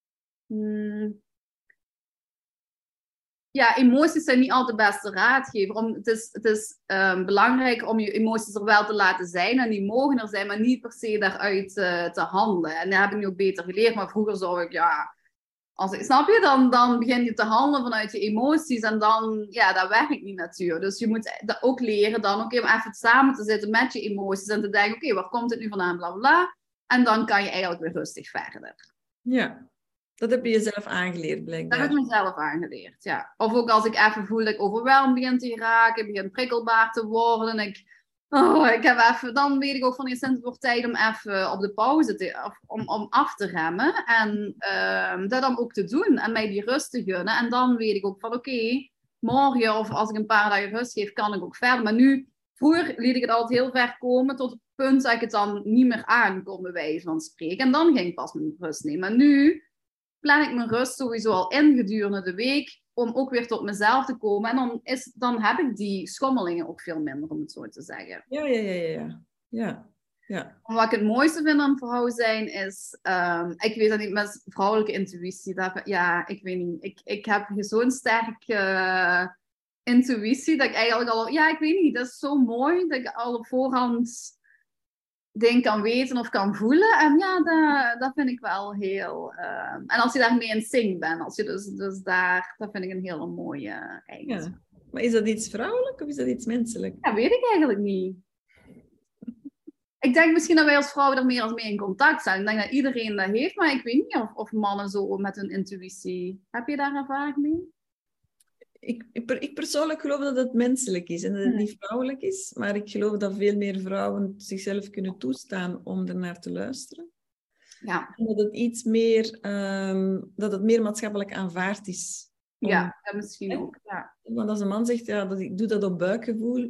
Ja, emoties zijn niet altijd de beste raadgever. Het is belangrijk om je emoties er wel te laten zijn. En die mogen er zijn, maar niet per se daaruit te handelen. En dat heb ik nu ook beter geleerd. Maar vroeger zou ik, snap je? Dan begin je te handelen vanuit je emoties. En dan, ja, dat werkt niet natuurlijk. Dus je moet dat ook leren dan ook even samen te zitten met je emoties. En te denken, oké, waar komt het nu vandaan? Bla, bla, bla. En dan kan je eigenlijk weer rustig verder. Ja, dat heb je jezelf aangeleerd, blijkbaar. Dat heb ik mezelf aangeleerd, ja. Of ook als ik even voel dat ik overweldigd begin te raken, begin prikkelbaar te worden. Dan weet ik ook van sinds het wordt tijd om even op de pauze om af te remmen. En dat dan ook te doen. En mij die rust te gunnen. En dan weet ik ook van oké, morgen of als ik een paar dagen rust geef, kan ik ook verder. Maar nu, vroeger liet ik het altijd heel ver komen tot het punt dat ik het dan niet meer aan kon, bij wijze van spreken. En dan ging ik pas mijn rust nemen. Maar nu plan ik mijn rust sowieso al in gedurende de week. Om ook weer tot mezelf te komen. En dan heb ik die schommelingen ook veel minder, om het zo te zeggen. Ja. Wat ik het mooiste vind aan vrouw zijn is... ik weet dat niet, met vrouwelijke intuïtie. Ik weet niet. Ik heb zo'n sterke intuïtie dat ik eigenlijk al... Ja, ik weet niet. Dat is zo mooi dat ik al op voorhand dingen kan weten of kan voelen. En ja, dat vind ik wel heel... en als je daarmee in sync bent, als je dus daar... Dat vind ik een hele mooie eigenschap. Ja. Maar is dat iets vrouwelijk of is dat iets menselijk? Ja, weet ik eigenlijk niet. Ik denk misschien dat wij als vrouwen er meer als mee in contact zijn. Ik denk dat iedereen dat heeft, maar ik weet niet of mannen zo met hun intuïtie... Heb je daar ervaring mee? Ik persoonlijk geloof dat het menselijk is en dat het niet vrouwelijk is. Maar ik geloof dat veel meer vrouwen zichzelf kunnen toestaan om ernaar te luisteren. Ja. En dat het iets meer, dat het meer maatschappelijk aanvaard is. Ja, misschien ook. Ja. Want als een man zegt, ja, ik doe dat op buikgevoel,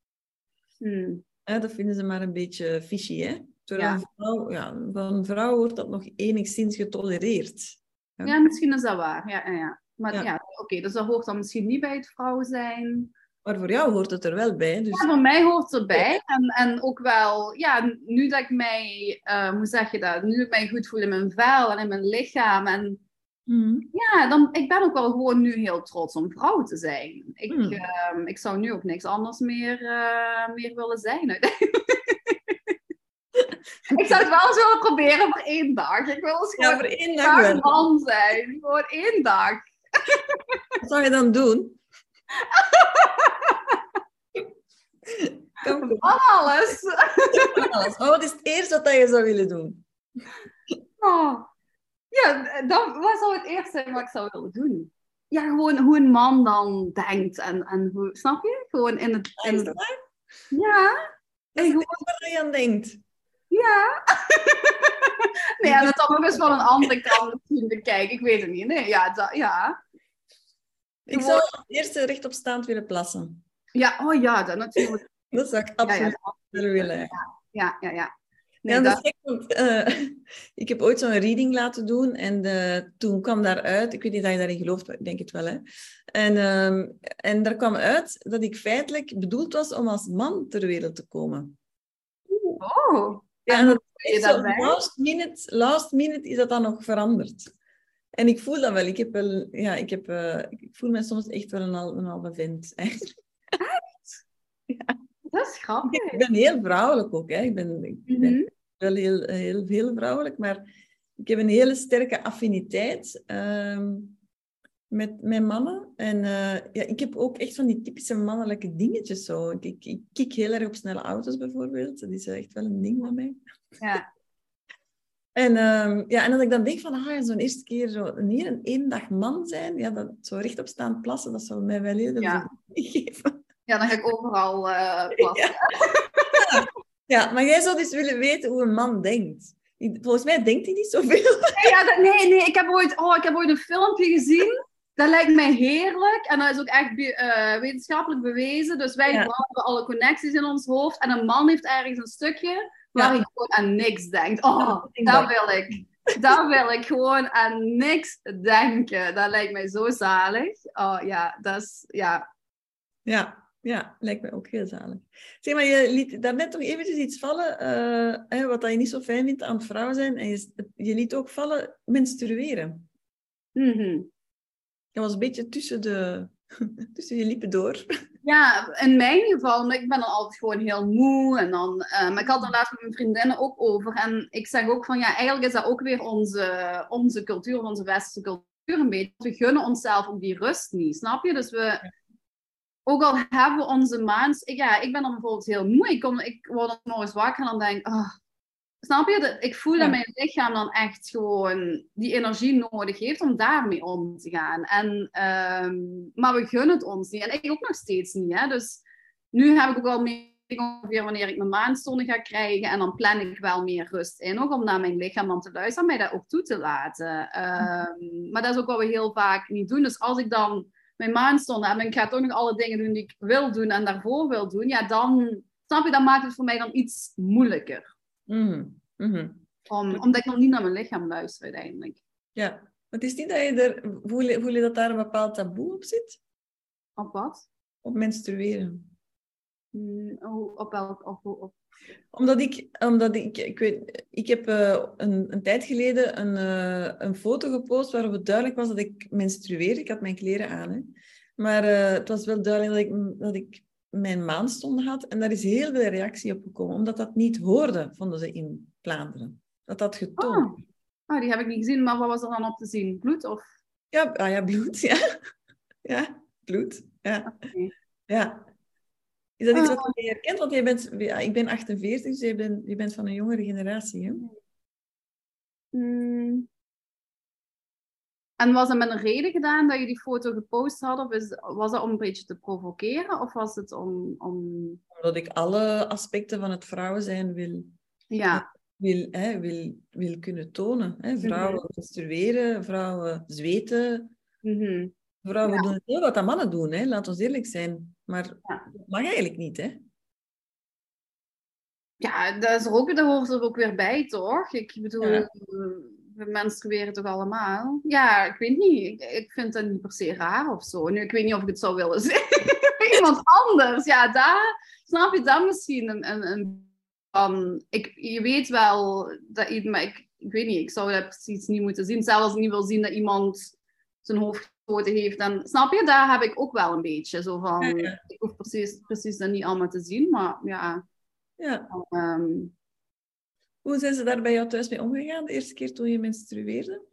dat vinden ze maar een beetje fishy, hè? Terwijl van een vrouw wordt dat nog enigszins getolereerd. Ja, misschien is dat waar. Ja. Maar oké, dus dat hoort dan misschien niet bij het vrouw zijn. Maar voor jou hoort het er wel bij. Dus... Ja, voor mij hoort het erbij. En ook wel, ja, nu dat ik mij, hoe zeg je dat? Nu dat ik mij goed voel in mijn vel en in mijn lichaam. En ja, ik ben ook wel gewoon nu heel trots om vrouw te zijn. Ik zou nu ook niks anders meer willen zijn. Ik zou het wel eens willen proberen voor 1 dag. Ik wil eens gewoon voor 1 dag een man zijn. Gewoon 1 dag. Wat zou je dan doen? Van alles. Wat is het eerste wat je zou willen doen? Ja, wat zou het eerste zijn wat ik zou willen doen? Ja, gewoon hoe een man dan denkt. En hoe, snap je? Gewoon in het... Ja. En gewoon waar je aan denkt. Ja. Nee, en het dan nog eens van een andere kant misschien bekijken. Ik weet het niet. Nee, ja. Ik zou als eerste rechtopstaand willen plassen. Ja, dat natuurlijk. Dat zou ik absoluut willen. Ja. Nee, dat is gek, ik heb ooit zo'n reading laten doen en toen kwam daaruit, ik weet niet of je daarin gelooft, maar ik denk het wel, hè. En daar kwam uit dat ik feitelijk bedoeld was om als man ter wereld te komen. Oh. Ja, en dat is zo, last minute is dat dan nog veranderd. En ik voel dat wel. Ik voel me soms echt wel een halve vent. Echt? Ja. Dat is grappig. Ik ben heel vrouwelijk ook. Hè. Ik ben wel heel vrouwelijk, maar ik heb een hele sterke affiniteit met mannen. En ik heb ook echt van die typische mannelijke dingetjes zo. Ik kik heel erg op snelle auto's bijvoorbeeld. Dat is echt wel een ding van mij. Ja. En als ik dan denk van, zo'n eerste keer zo hier een 1 dag man zijn, ja, dat zo rechtop staan plassen, dat zou mij wel heel veel geven. Ja, dan ga ik overal plassen. Ja, maar jij zou dus willen weten hoe een man denkt. Volgens mij denkt hij niet zoveel. Nee, ik heb ooit een filmpje gezien. Dat lijkt mij heerlijk. En dat is ook echt wetenschappelijk bewezen. Dus wij hebben alle connecties in ons hoofd. En een man heeft ergens een stukje waar hij gewoon aan niks denkt. Daar wil ik gewoon aan niks denken. Dat lijkt mij zo zalig. Oh ja, dat is... Ja, lijkt mij ook heel zalig. Zeg maar, je liet daarnet toch eventjes iets vallen, wat je niet zo fijn vindt aan vrouw zijn. En je liet ook vallen menstrueren. Dat was een beetje tussen je lippen door. Ja, in mijn geval, ik ben dan altijd gewoon heel moe. En dan, maar ik had er laatst met mijn vriendinnen ook over. En ik zeg ook van, ja, eigenlijk is dat ook weer onze cultuur, onze westerse cultuur een beetje. We gunnen onszelf ook die rust niet, snap je? Dus ook al hebben we onze maand... Ik ben dan bijvoorbeeld heel moe. Ik word dan morgens wakker en dan denk ik... snap je? Ik voel dat mijn lichaam dan echt gewoon die energie nodig heeft om daarmee om te gaan. Maar we gunnen het ons niet. En ik ook nog steeds niet. Hè? Dus nu heb ik ook al meer ongeveer wanneer ik mijn maandstonden ga krijgen. En dan plan ik wel meer rust in, ook om naar mijn lichaam dan te luisteren, mij dat ook toe te laten. Maar dat is ook wat we heel vaak niet doen. Dus als ik dan mijn maandstonden heb en ik ga toch nog alle dingen doen die ik wil doen en daarvoor wil doen, ja, dan, snap je, dan maakt het voor mij dan iets moeilijker. Omdat ik nog niet naar mijn lichaam luister uiteindelijk. Ja, het is niet dat je er... Voel je dat daar een bepaald taboe op zit? Op wat? Op menstrueren. Op welk... Omdat ik weet, ik heb een tijd geleden een foto gepost waarop het duidelijk was dat ik menstrueerde. Ik had mijn kleren aan, hè. Maar het was wel duidelijk dat ik mijn maandstonden had. En daar is heel veel reactie op gekomen, omdat dat niet hoorde, vonden ze in Vlaanderen. Dat getoond. Die heb ik niet gezien, maar wat was er dan op te zien? Bloed of? Ja, bloed, ja. Ja, bloed, ja. Okay. Ja. Is dat iets wat je herkent? Want ik ben 48, dus je bent van een jongere generatie, hè? En was het met een reden gedaan dat je die foto gepost had? Of was dat om een beetje te provoceren? Of was het om... Omdat ik alle aspecten van het vrouwen zijn wil kunnen tonen. Hè? Vrouwen menstrueren, vrouwen zweten. Vrouwen doen het heel wat dat mannen doen, hè? Laat ons eerlijk zijn. Maar dat mag eigenlijk niet, hè? Ja, dat hoort er ook weer bij, toch? Ik bedoel, we menstrueren toch allemaal? Ja, ik weet niet. Ik vind het niet per se raar of zo. Nu, ik weet niet of ik het zou willen zeggen. Iemand anders, ja, daar snap je dan misschien je weet wel dat maar ik weet niet, ik zou dat precies niet moeten zien. Zelfs als ik niet wil zien dat iemand zijn hoofd geschoten heeft, dan snap je, daar heb ik ook wel een beetje zo van. Ik hoef precies dat niet allemaal te zien, maar ja. Hoe zijn ze daar bij jou thuis mee omgegaan de eerste keer toen je menstrueerde?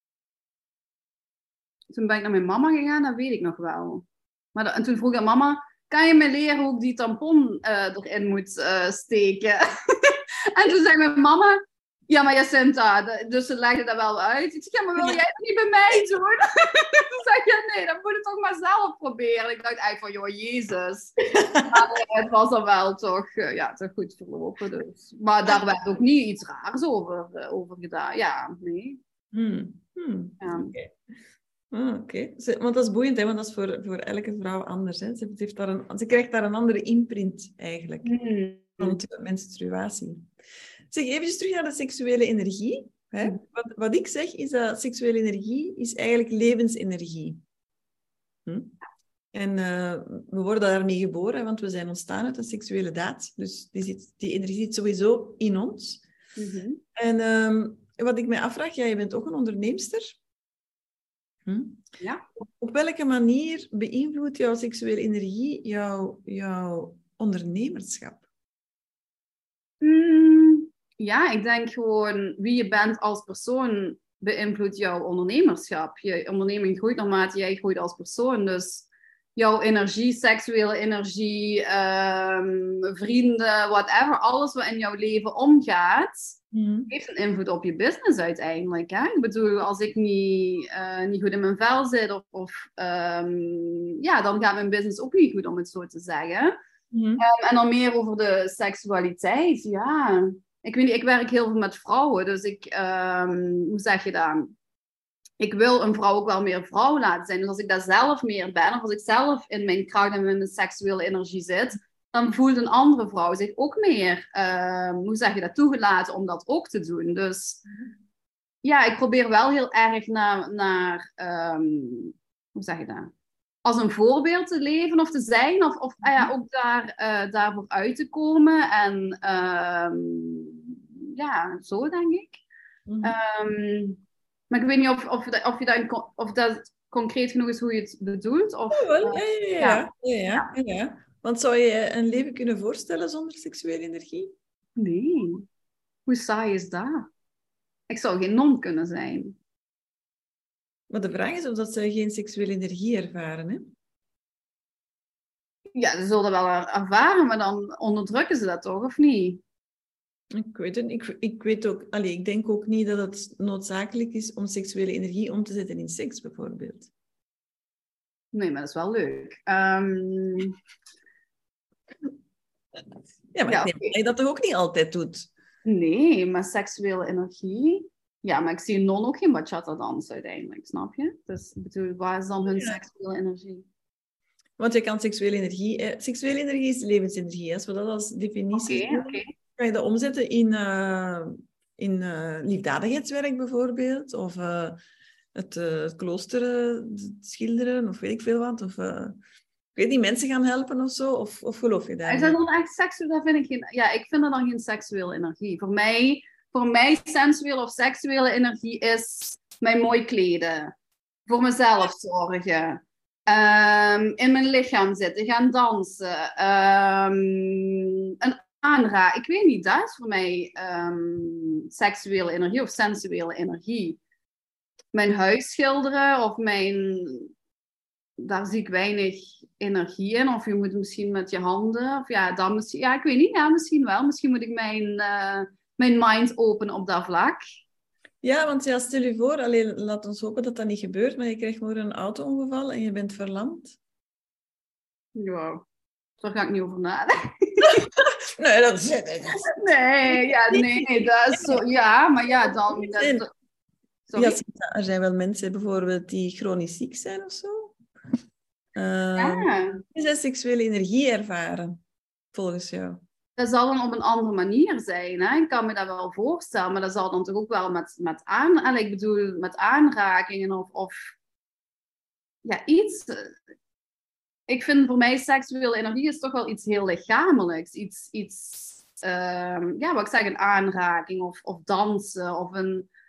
Toen ben ik naar mijn mama gegaan, dat weet ik nog wel. En toen vroeg ik aan mama, kan je me leren hoe ik die tampon erin moet steken? En toen zei mijn mama, ja, maar Jacinta, dus ze legde dat wel uit. Ik zeg, ja, maar wil jij het niet bij mij doen? Toen zei ik, nee, dan moet je toch maar zelf proberen. Ik dacht eigenlijk van, joh, Jezus. Maar het was dan wel toch goed verlopen. Dus. Maar daar werd ook niet iets raars over gedaan. Ja, nee. Oké. Want dat is boeiend, hè? Want dat is voor elke vrouw anders. Hè? Ze krijgt daar een andere imprint eigenlijk. Rond de menstruatie. Zeg, even terug naar de seksuele energie. Hè? Wat ik zeg is dat seksuele energie is eigenlijk levensenergie. En we worden daarmee geboren, want we zijn ontstaan uit een seksuele daad. Dus die energie zit sowieso in ons. En wat ik mij afvraag, je bent ook een onderneemster. Ja. Op welke manier beïnvloedt jouw seksuele energie jouw ondernemerschap? Ja, ik denk gewoon wie je bent als persoon beïnvloedt jouw ondernemerschap. Je onderneming groeit naarmate jij groeit als persoon. Dus jouw energie, seksuele energie, vrienden, whatever, alles wat in jouw leven omgaat, heeft een invloed op je business uiteindelijk. Hè? Ik bedoel, als ik niet goed in mijn vel zit, dan gaat mijn business ook niet goed, om het zo te zeggen. En dan meer over de seksualiteit, ja. Ik weet niet, ik werk heel veel met vrouwen, dus hoe zeg je dat? Ik wil een vrouw ook wel meer vrouw laten zijn. Dus als ik daar zelf meer ben, of als ik zelf in mijn kracht en in mijn seksuele energie zit, dan voelt een andere vrouw zich ook meer, toegelaten om dat ook te doen. Dus ja, ik probeer wel heel erg naar hoe zeg je dat? Als een voorbeeld te leven of te zijn, of ook daarvoor uit te komen. En zo denk ik. Maar ik weet niet of dat concreet genoeg is hoe je het bedoelt. Ja. Want zou je een leven kunnen voorstellen zonder seksuele energie? Nee. Hoe saai is dat? Ik zou geen non kunnen zijn. Maar de vraag is of dat ze geen seksuele energie ervaren, hè? Ja, ze zullen dat wel ervaren, maar dan onderdrukken ze dat toch, of niet? Ik weet het. Ik weet ook... ik denk ook niet dat het noodzakelijk is om seksuele energie om te zetten in seks, bijvoorbeeld. Nee, maar dat is wel leuk. Ja, maar Ja, ik denk dat je dat toch ook niet altijd doet? Nee, maar seksuele energie... Ja, maar ik zie non ook geen bachata dansen uiteindelijk, snap je? Dus ik bedoel, waar is dan hun Ja. seksuele energie? Want je kan seksuele energie... seksuele energie is levensenergie. Als we dat als definitie Oké, doen, kan je dat omzetten in liefdadigheidswerk bijvoorbeeld. Of het klooster schilderen, of weet ik veel wat. Of ik weet niet, mensen gaan helpen of zo. Of geloof je daar Is dat niet? dan echt seksueel? Dat vind ik geen... Ja, ik vind dat dan geen seksuele energie. Voor mij sensuele of seksuele energie is mij mooi kleden. Voor mezelf zorgen. In mijn lichaam zitten, gaan dansen. Een aanraking. Ik weet niet, dat is voor mij seksuele energie of sensuele energie. Mijn huis schilderen of daar zie ik weinig energie in. Of je moet misschien met je handen. Of ja, dan misschien, ja, ik weet niet. Ja, misschien wel. Misschien moet ik mijn mind openen op dat vlak. Ja, want ja, stel je voor, alleen laat ons hopen dat dat niet gebeurt, maar je krijgt morgen een auto-ongeval en je bent verlamd. Wow. Daar ga ik niet over nadenken. Nee, dat is... Nee, dat is zo. Ja, maar ja, dan. Sorry? Ja, er zijn wel mensen bijvoorbeeld die chronisch ziek zijn of zo. Ja. Die zijn seksuele energie ervaren, volgens jou. Dat zal dan op een andere manier zijn. Hè? Ik kan me dat wel voorstellen, maar dat zal dan toch ook wel ik bedoel, met aanrakingen of ja, iets. Ik vind voor mij seksuele energie is toch wel iets heel lichamelijks. Ja, wat ik zeg, een aanraking of dansen of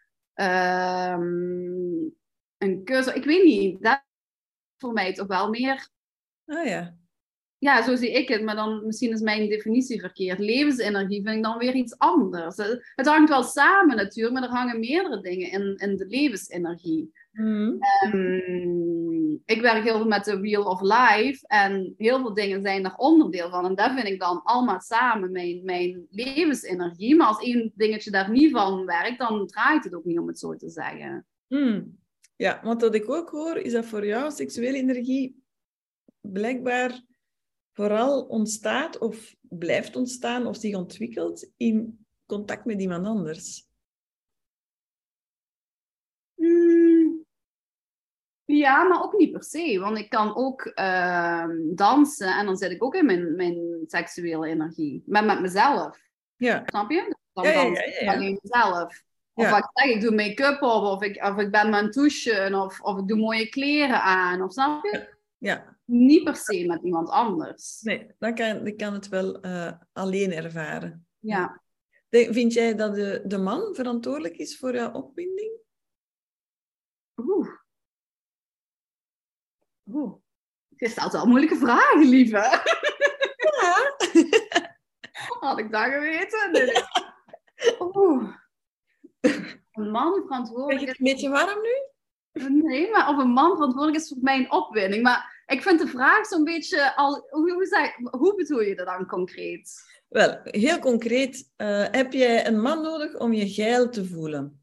een kus. Ik weet niet, dat is voor mij toch wel meer... Ah ja. Ja, zo zie ik het, maar dan misschien is mijn definitie verkeerd. Levensenergie vind ik dan weer iets anders. Het hangt wel samen natuurlijk, maar er hangen meerdere dingen in de levensenergie. Mhm. Ik werk heel veel met de Wheel of Life en heel veel dingen zijn daar onderdeel van. En dat vind ik dan allemaal samen mijn levensenergie. Maar als één dingetje daar niet van werkt, dan draait het ook niet, om het zo te zeggen. Ja, want wat ik ook hoor, is dat voor jou seksuele energie blijkbaar vooral ontstaat of blijft ontstaan of zich ontwikkelt in contact met iemand anders. Ja, maar ook niet per se. Want ik kan ook dansen en dan zit ik ook in mijn seksuele energie. Met mezelf. Ja. Snap je? Dan Ja. alleen mezelf. Of Ja. wat ik zeg, ik doe make-up op, of ik ben mijn douchen, of ik doe mooie kleren aan. Of snap je? Ja. Niet per se met iemand anders. Nee, dan kan het wel alleen ervaren. Ja. Vind jij dat de man verantwoordelijk is voor jouw opwinding? Oeh. Je stelt wel moeilijke vragen, lieve. Ja. Had ik dat geweten? Nee. Oeh. Een man verantwoordelijk Krijg je het een beetje warm nu? Nee, maar of een man verantwoordelijk is voor mijn opwinding. Maar ik vind de vraag zo'n beetje al... Hoe bedoel je dat dan concreet? Wel, heel concreet. Heb jij een man nodig om je geil te voelen?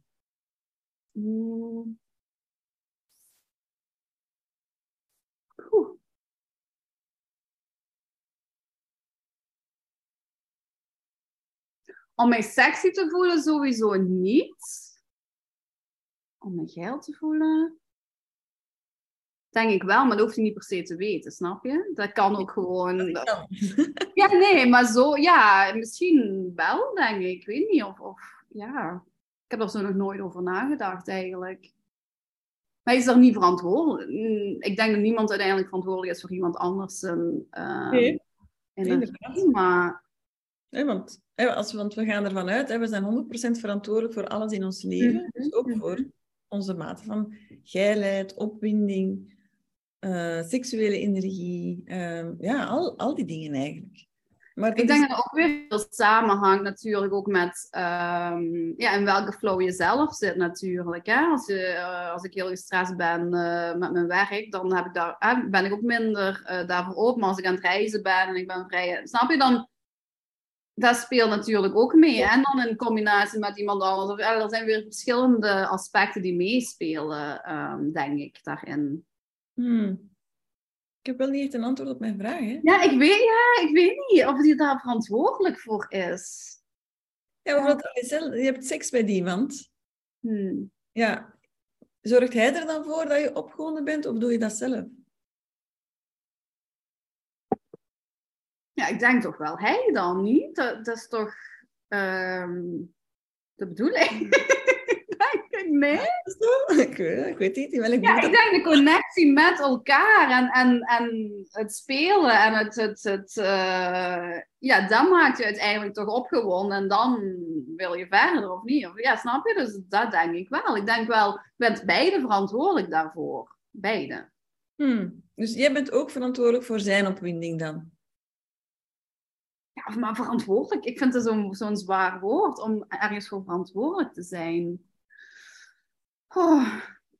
Om mij sexy te voelen sowieso niet. Om mij geil te voelen... Denk ik wel, maar dat hoeft hij niet per se te weten, snap je? Dat kan ook gewoon... Ja, nee, maar zo... Ja, misschien wel, denk ik. Ik weet niet of ja... Ik heb er zo nog nooit over nagedacht, eigenlijk. Maar hij is er niet verantwoordelijk. Ik denk dat niemand uiteindelijk verantwoordelijk is voor iemand anders. Nee, energie, maar... Nee, want we gaan ervan uit, we zijn 100% verantwoordelijk voor alles in ons leven. Dus ook voor onze mate van geilheid, opwinding, seksuele energie. Ja, al die dingen eigenlijk. Maar ik denk dat het ook weer veel samenhangt natuurlijk ook met in welke flow je zelf zit natuurlijk. Hè? Als ik heel gestrest ben met mijn werk, dan ben ik ook minder daarvoor open. Maar als ik aan het reizen ben en ik ben vrij... Snap je dan? Dat speelt natuurlijk ook mee. En dan in combinatie met iemand anders. Er zijn weer verschillende aspecten die meespelen, denk ik, daarin. Ik heb wel niet echt een antwoord op mijn vraag, hè? Ja, ik weet niet of hij daar verantwoordelijk voor is. Ja, bijvoorbeeld, je hebt seks met iemand. Hmm. Ja, zorgt hij er dan voor dat je opgewonden bent of doe je dat zelf? Ja, ik denk toch wel hij dan niet. Dat is toch de bedoeling? Nee? Zo? Ik weet niet in welk Ja, boek ik dat... denk de connectie met elkaar en het spelen en ja, dan maakt je uiteindelijk toch opgewonden en dan wil je verder of niet. Of, ja, snap je? Dus dat denk ik wel. Ik denk wel, je bent beide verantwoordelijk daarvoor. Beide. Dus jij bent ook verantwoordelijk voor zijn opwinding dan? Ja, maar verantwoordelijk, ik vind het zo'n zwaar woord om ergens voor verantwoordelijk te zijn. Oh,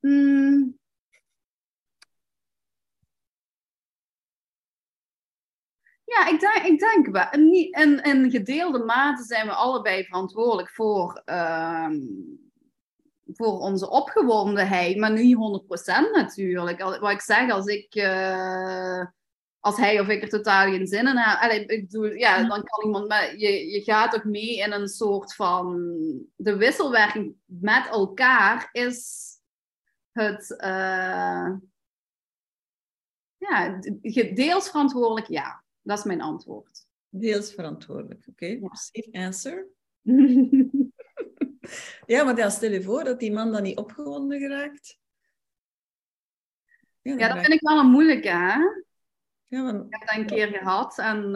Ja, ik denk wel. In gedeelde mate zijn we allebei verantwoordelijk voor onze opgewondenheid, maar niet 100% natuurlijk. Wat ik zeg, als hij of ik er totaal geen zin in heb, ik bedoel, ja, dan kan iemand, maar je gaat ook mee in een soort van, de wisselwerking met elkaar is het, ja, deels verantwoordelijk, ja. Dat is mijn antwoord. Deels verantwoordelijk, oké. Ja. Safe answer. Ja, maar stel je voor dat die man dan niet opgewonden geraakt. Ja, dat vind ik wel een moeilijke, hè? Ja, want... Ik heb dat een keer gehad en...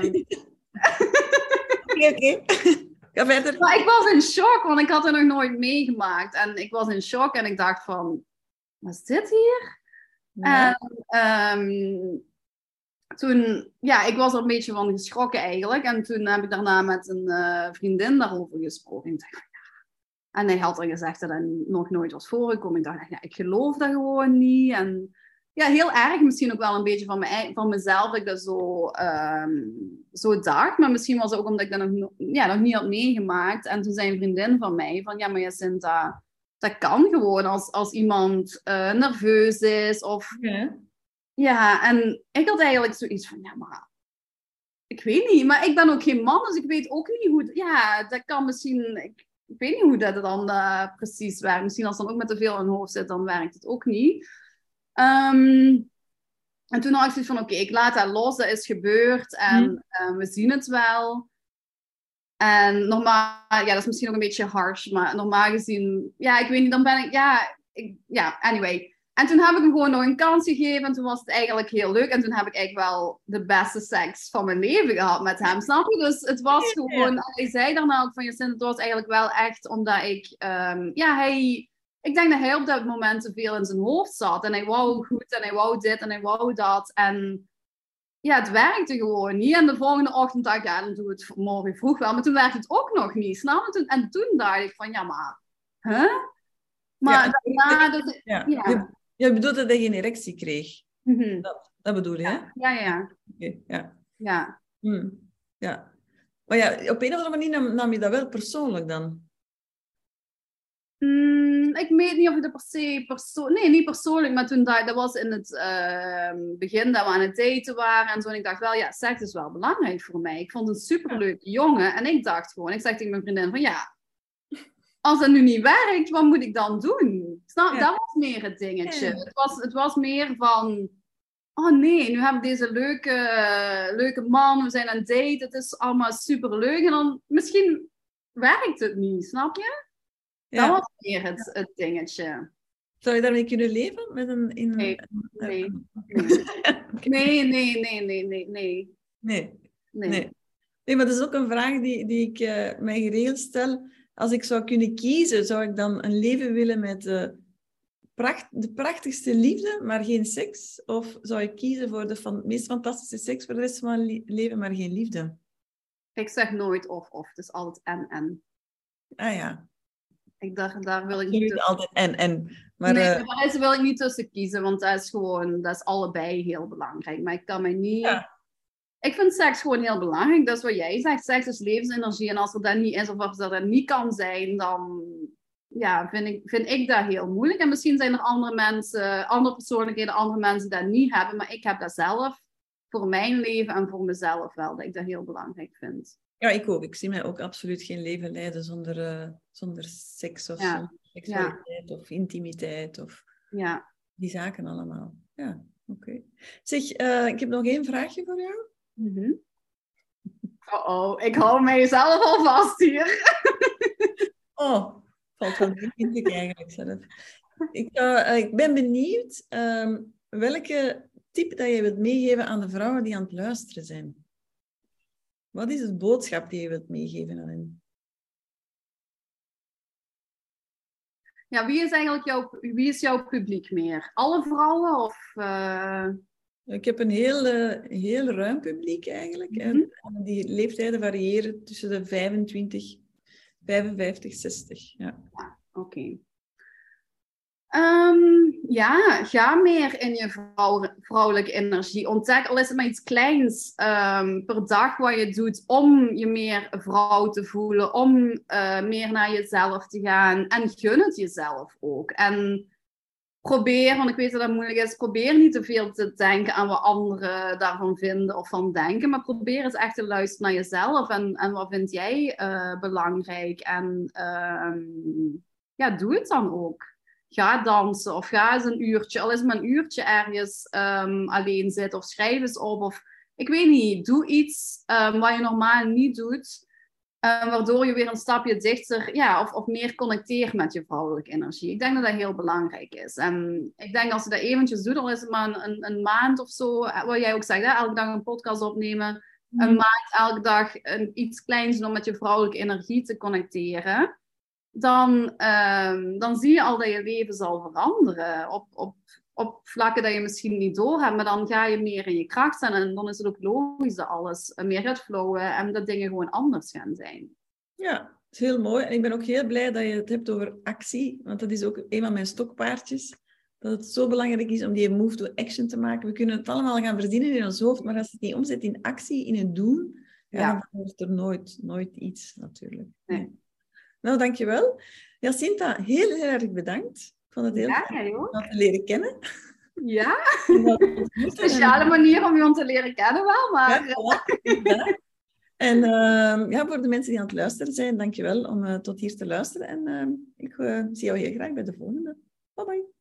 Oké. Ga verder. Maar ik was in shock, want ik had het nog nooit meegemaakt. En ik was in shock en ik dacht van... Wat is dit hier? Ja. En toen... Ja, ik was er een beetje van geschrokken eigenlijk. En toen heb ik daarna met een vriendin daarover gesproken. Ik dacht van, ja. En hij had er gezegd dat hij nog nooit was voorgekomen. Ik dacht, ja, ik geloof dat gewoon niet. En... Ja, heel erg. Misschien ook wel een beetje van mezelf dat ik dat zo dacht. Maar misschien was het ook omdat ik dat nog niet had meegemaakt. En toen zei een vriendin van mij van... Ja, maar Jacinta, dat kan gewoon als iemand nerveus is. Of... Ja. Ja, en ik had eigenlijk zoiets van... Ja, maar... Ik weet niet. Maar ik ben ook geen man, dus ik weet ook niet hoe... Ja, dat kan misschien... Ik weet niet hoe dat dan precies werkt. Misschien als het dan ook met te veel in hun hoofd zit, dan werkt het ook niet. En toen had ik zoiets van, oké, ik laat dat los, dat is gebeurd en we zien het wel. En normaal, ja, dat is misschien ook een beetje harsh, maar normaal gezien, ja, ik weet niet, dan ben ik, anyway. En toen heb ik hem gewoon nog een kans gegeven en toen was het eigenlijk heel leuk. En toen heb ik eigenlijk wel de beste seks van mijn leven gehad met hem, snap je? Dus het was gewoon, hij zei daarna ook van, Jacinta, het was eigenlijk wel echt omdat ik denk dat hij op dat moment te veel in zijn hoofd zat. En hij wou goed en hij wou dit en hij wou dat. En ja, het werkte gewoon niet. En de volgende ochtend dacht ik, ja, dan doe ik het morgen vroeg wel. Maar toen werkte het ook nog niet, snap je? En toen dacht ik van, ja, maar... Huh? Maar daarna... Je bedoelt dat hij geen erectie kreeg? Mm-hmm. Dat bedoel je, hè? Ja. Okay, ja. Ja. Ja. Maar ja, op een of andere manier nam je dat wel persoonlijk dan? Ik weet niet of ik dat per se nee, niet persoonlijk, maar toen dat was in het begin dat we aan het daten waren en zo. En ik dacht wel, ja, seks is wel belangrijk voor mij. Ik vond het een superleuke jongen. En ik dacht gewoon, ik zeg tegen mijn vriendin van, ja, als het nu niet werkt, wat moet ik dan doen? Snap, dat was meer het dingetje. Het was meer van, oh nee, nu heb ik deze leuke man, we zijn aan het daten, het is allemaal superleuk. En dan, misschien werkt het niet, snap je? Dat was meer het dingetje. Zou je daarmee kunnen leven? Met een, Nee. Nee, maar dat is ook een vraag die ik mij geregeld stel. Als ik zou kunnen kiezen, zou ik dan een leven willen met de prachtigste liefde, maar geen seks? Of zou ik kiezen voor de meest fantastische seks voor de rest van mijn leven, maar geen liefde? Ik zeg nooit of. Het is altijd en. Ah ja. Daar wil ik niet tussen... altijd en. Maar, nee, daar wil ik niet tussen kiezen, want dat is allebei heel belangrijk. Maar ik kan mij niet... Ja. Ik vind seks gewoon heel belangrijk. Dat is wat jij zegt. Seks is levensenergie. En als er dat niet is, of als er dat niet kan zijn, dan vind ik dat heel moeilijk. En misschien zijn er andere mensen, andere persoonlijkheden, andere mensen dat niet hebben. Maar ik heb dat zelf voor mijn leven en voor mezelf wel. Dat ik dat heel belangrijk vind. Ja, ik ook. Ik zie mij ook absoluut geen leven leiden zonder seks of zonder seksualiteit of intimiteit of die zaken allemaal. Ja, oké. Zeg, ik heb nog één vraagje voor jou. Mm-hmm. Ik hou mijzelf al vast hier. Valt wel mee, vind ik eigenlijk zelf. Ik ben benieuwd welke tip dat je wilt meegeven aan de vrouwen die aan het luisteren zijn. Wat is het boodschap die je wilt meegeven aan hen? Ja, wie is jouw publiek meer? Alle vrouwen of... Ik heb een heel ruim publiek eigenlijk. Mm-hmm. En die leeftijden variëren tussen de 25, 55, 60. Ja, oké. Ga meer in je vrouwelijke energie. Ontdek, al is het maar iets kleins per dag wat je doet om je meer vrouw te voelen, om meer naar jezelf te gaan. En gun het jezelf ook. En probeer, want ik weet dat dat moeilijk is, probeer niet te veel te denken aan wat anderen daarvan vinden of van denken, maar probeer eens echt te luisteren naar jezelf en wat vind jij belangrijk. En doe het dan ook. Ga dansen of ga eens een uurtje, al is het maar een uurtje ergens alleen zitten of schrijf eens op. Of ik weet niet, doe iets wat je normaal niet doet, waardoor je weer een stapje dichter of meer connecteert met je vrouwelijke energie. Ik denk dat dat heel belangrijk is. En ik denk als je dat eventjes doet, al is het maar een maand of zo, wat jij ook zegt, hè, elke dag een podcast opnemen, een maand, elke dag iets kleins om met je vrouwelijke energie te connecteren. Dan zie je al dat je leven zal veranderen. Op vlakken dat je misschien niet doorhebt, maar dan ga je meer in je kracht staan. En dan is het ook logisch dat alles meer gaat flowen en dat dingen gewoon anders gaan zijn. Ja, het is heel mooi. En ik ben ook heel blij dat je het hebt over actie. Want dat is ook een van mijn stokpaardjes. Dat het zo belangrijk is om die move to action te maken. We kunnen het allemaal gaan verzinnen in ons hoofd, maar als het niet omzet in actie, in het doen, dan verandert er nooit iets natuurlijk. Nee. Nou, dankjewel. Jacinta, heel erg bedankt. Ik vond het heel fijn om te leren kennen. Ja, een speciale manier om je te leren kennen wel, maar... Ja. En voor de mensen die aan het luisteren zijn, dankjewel om tot hier te luisteren. En ik zie jou heel graag bij de volgende. Bye bye.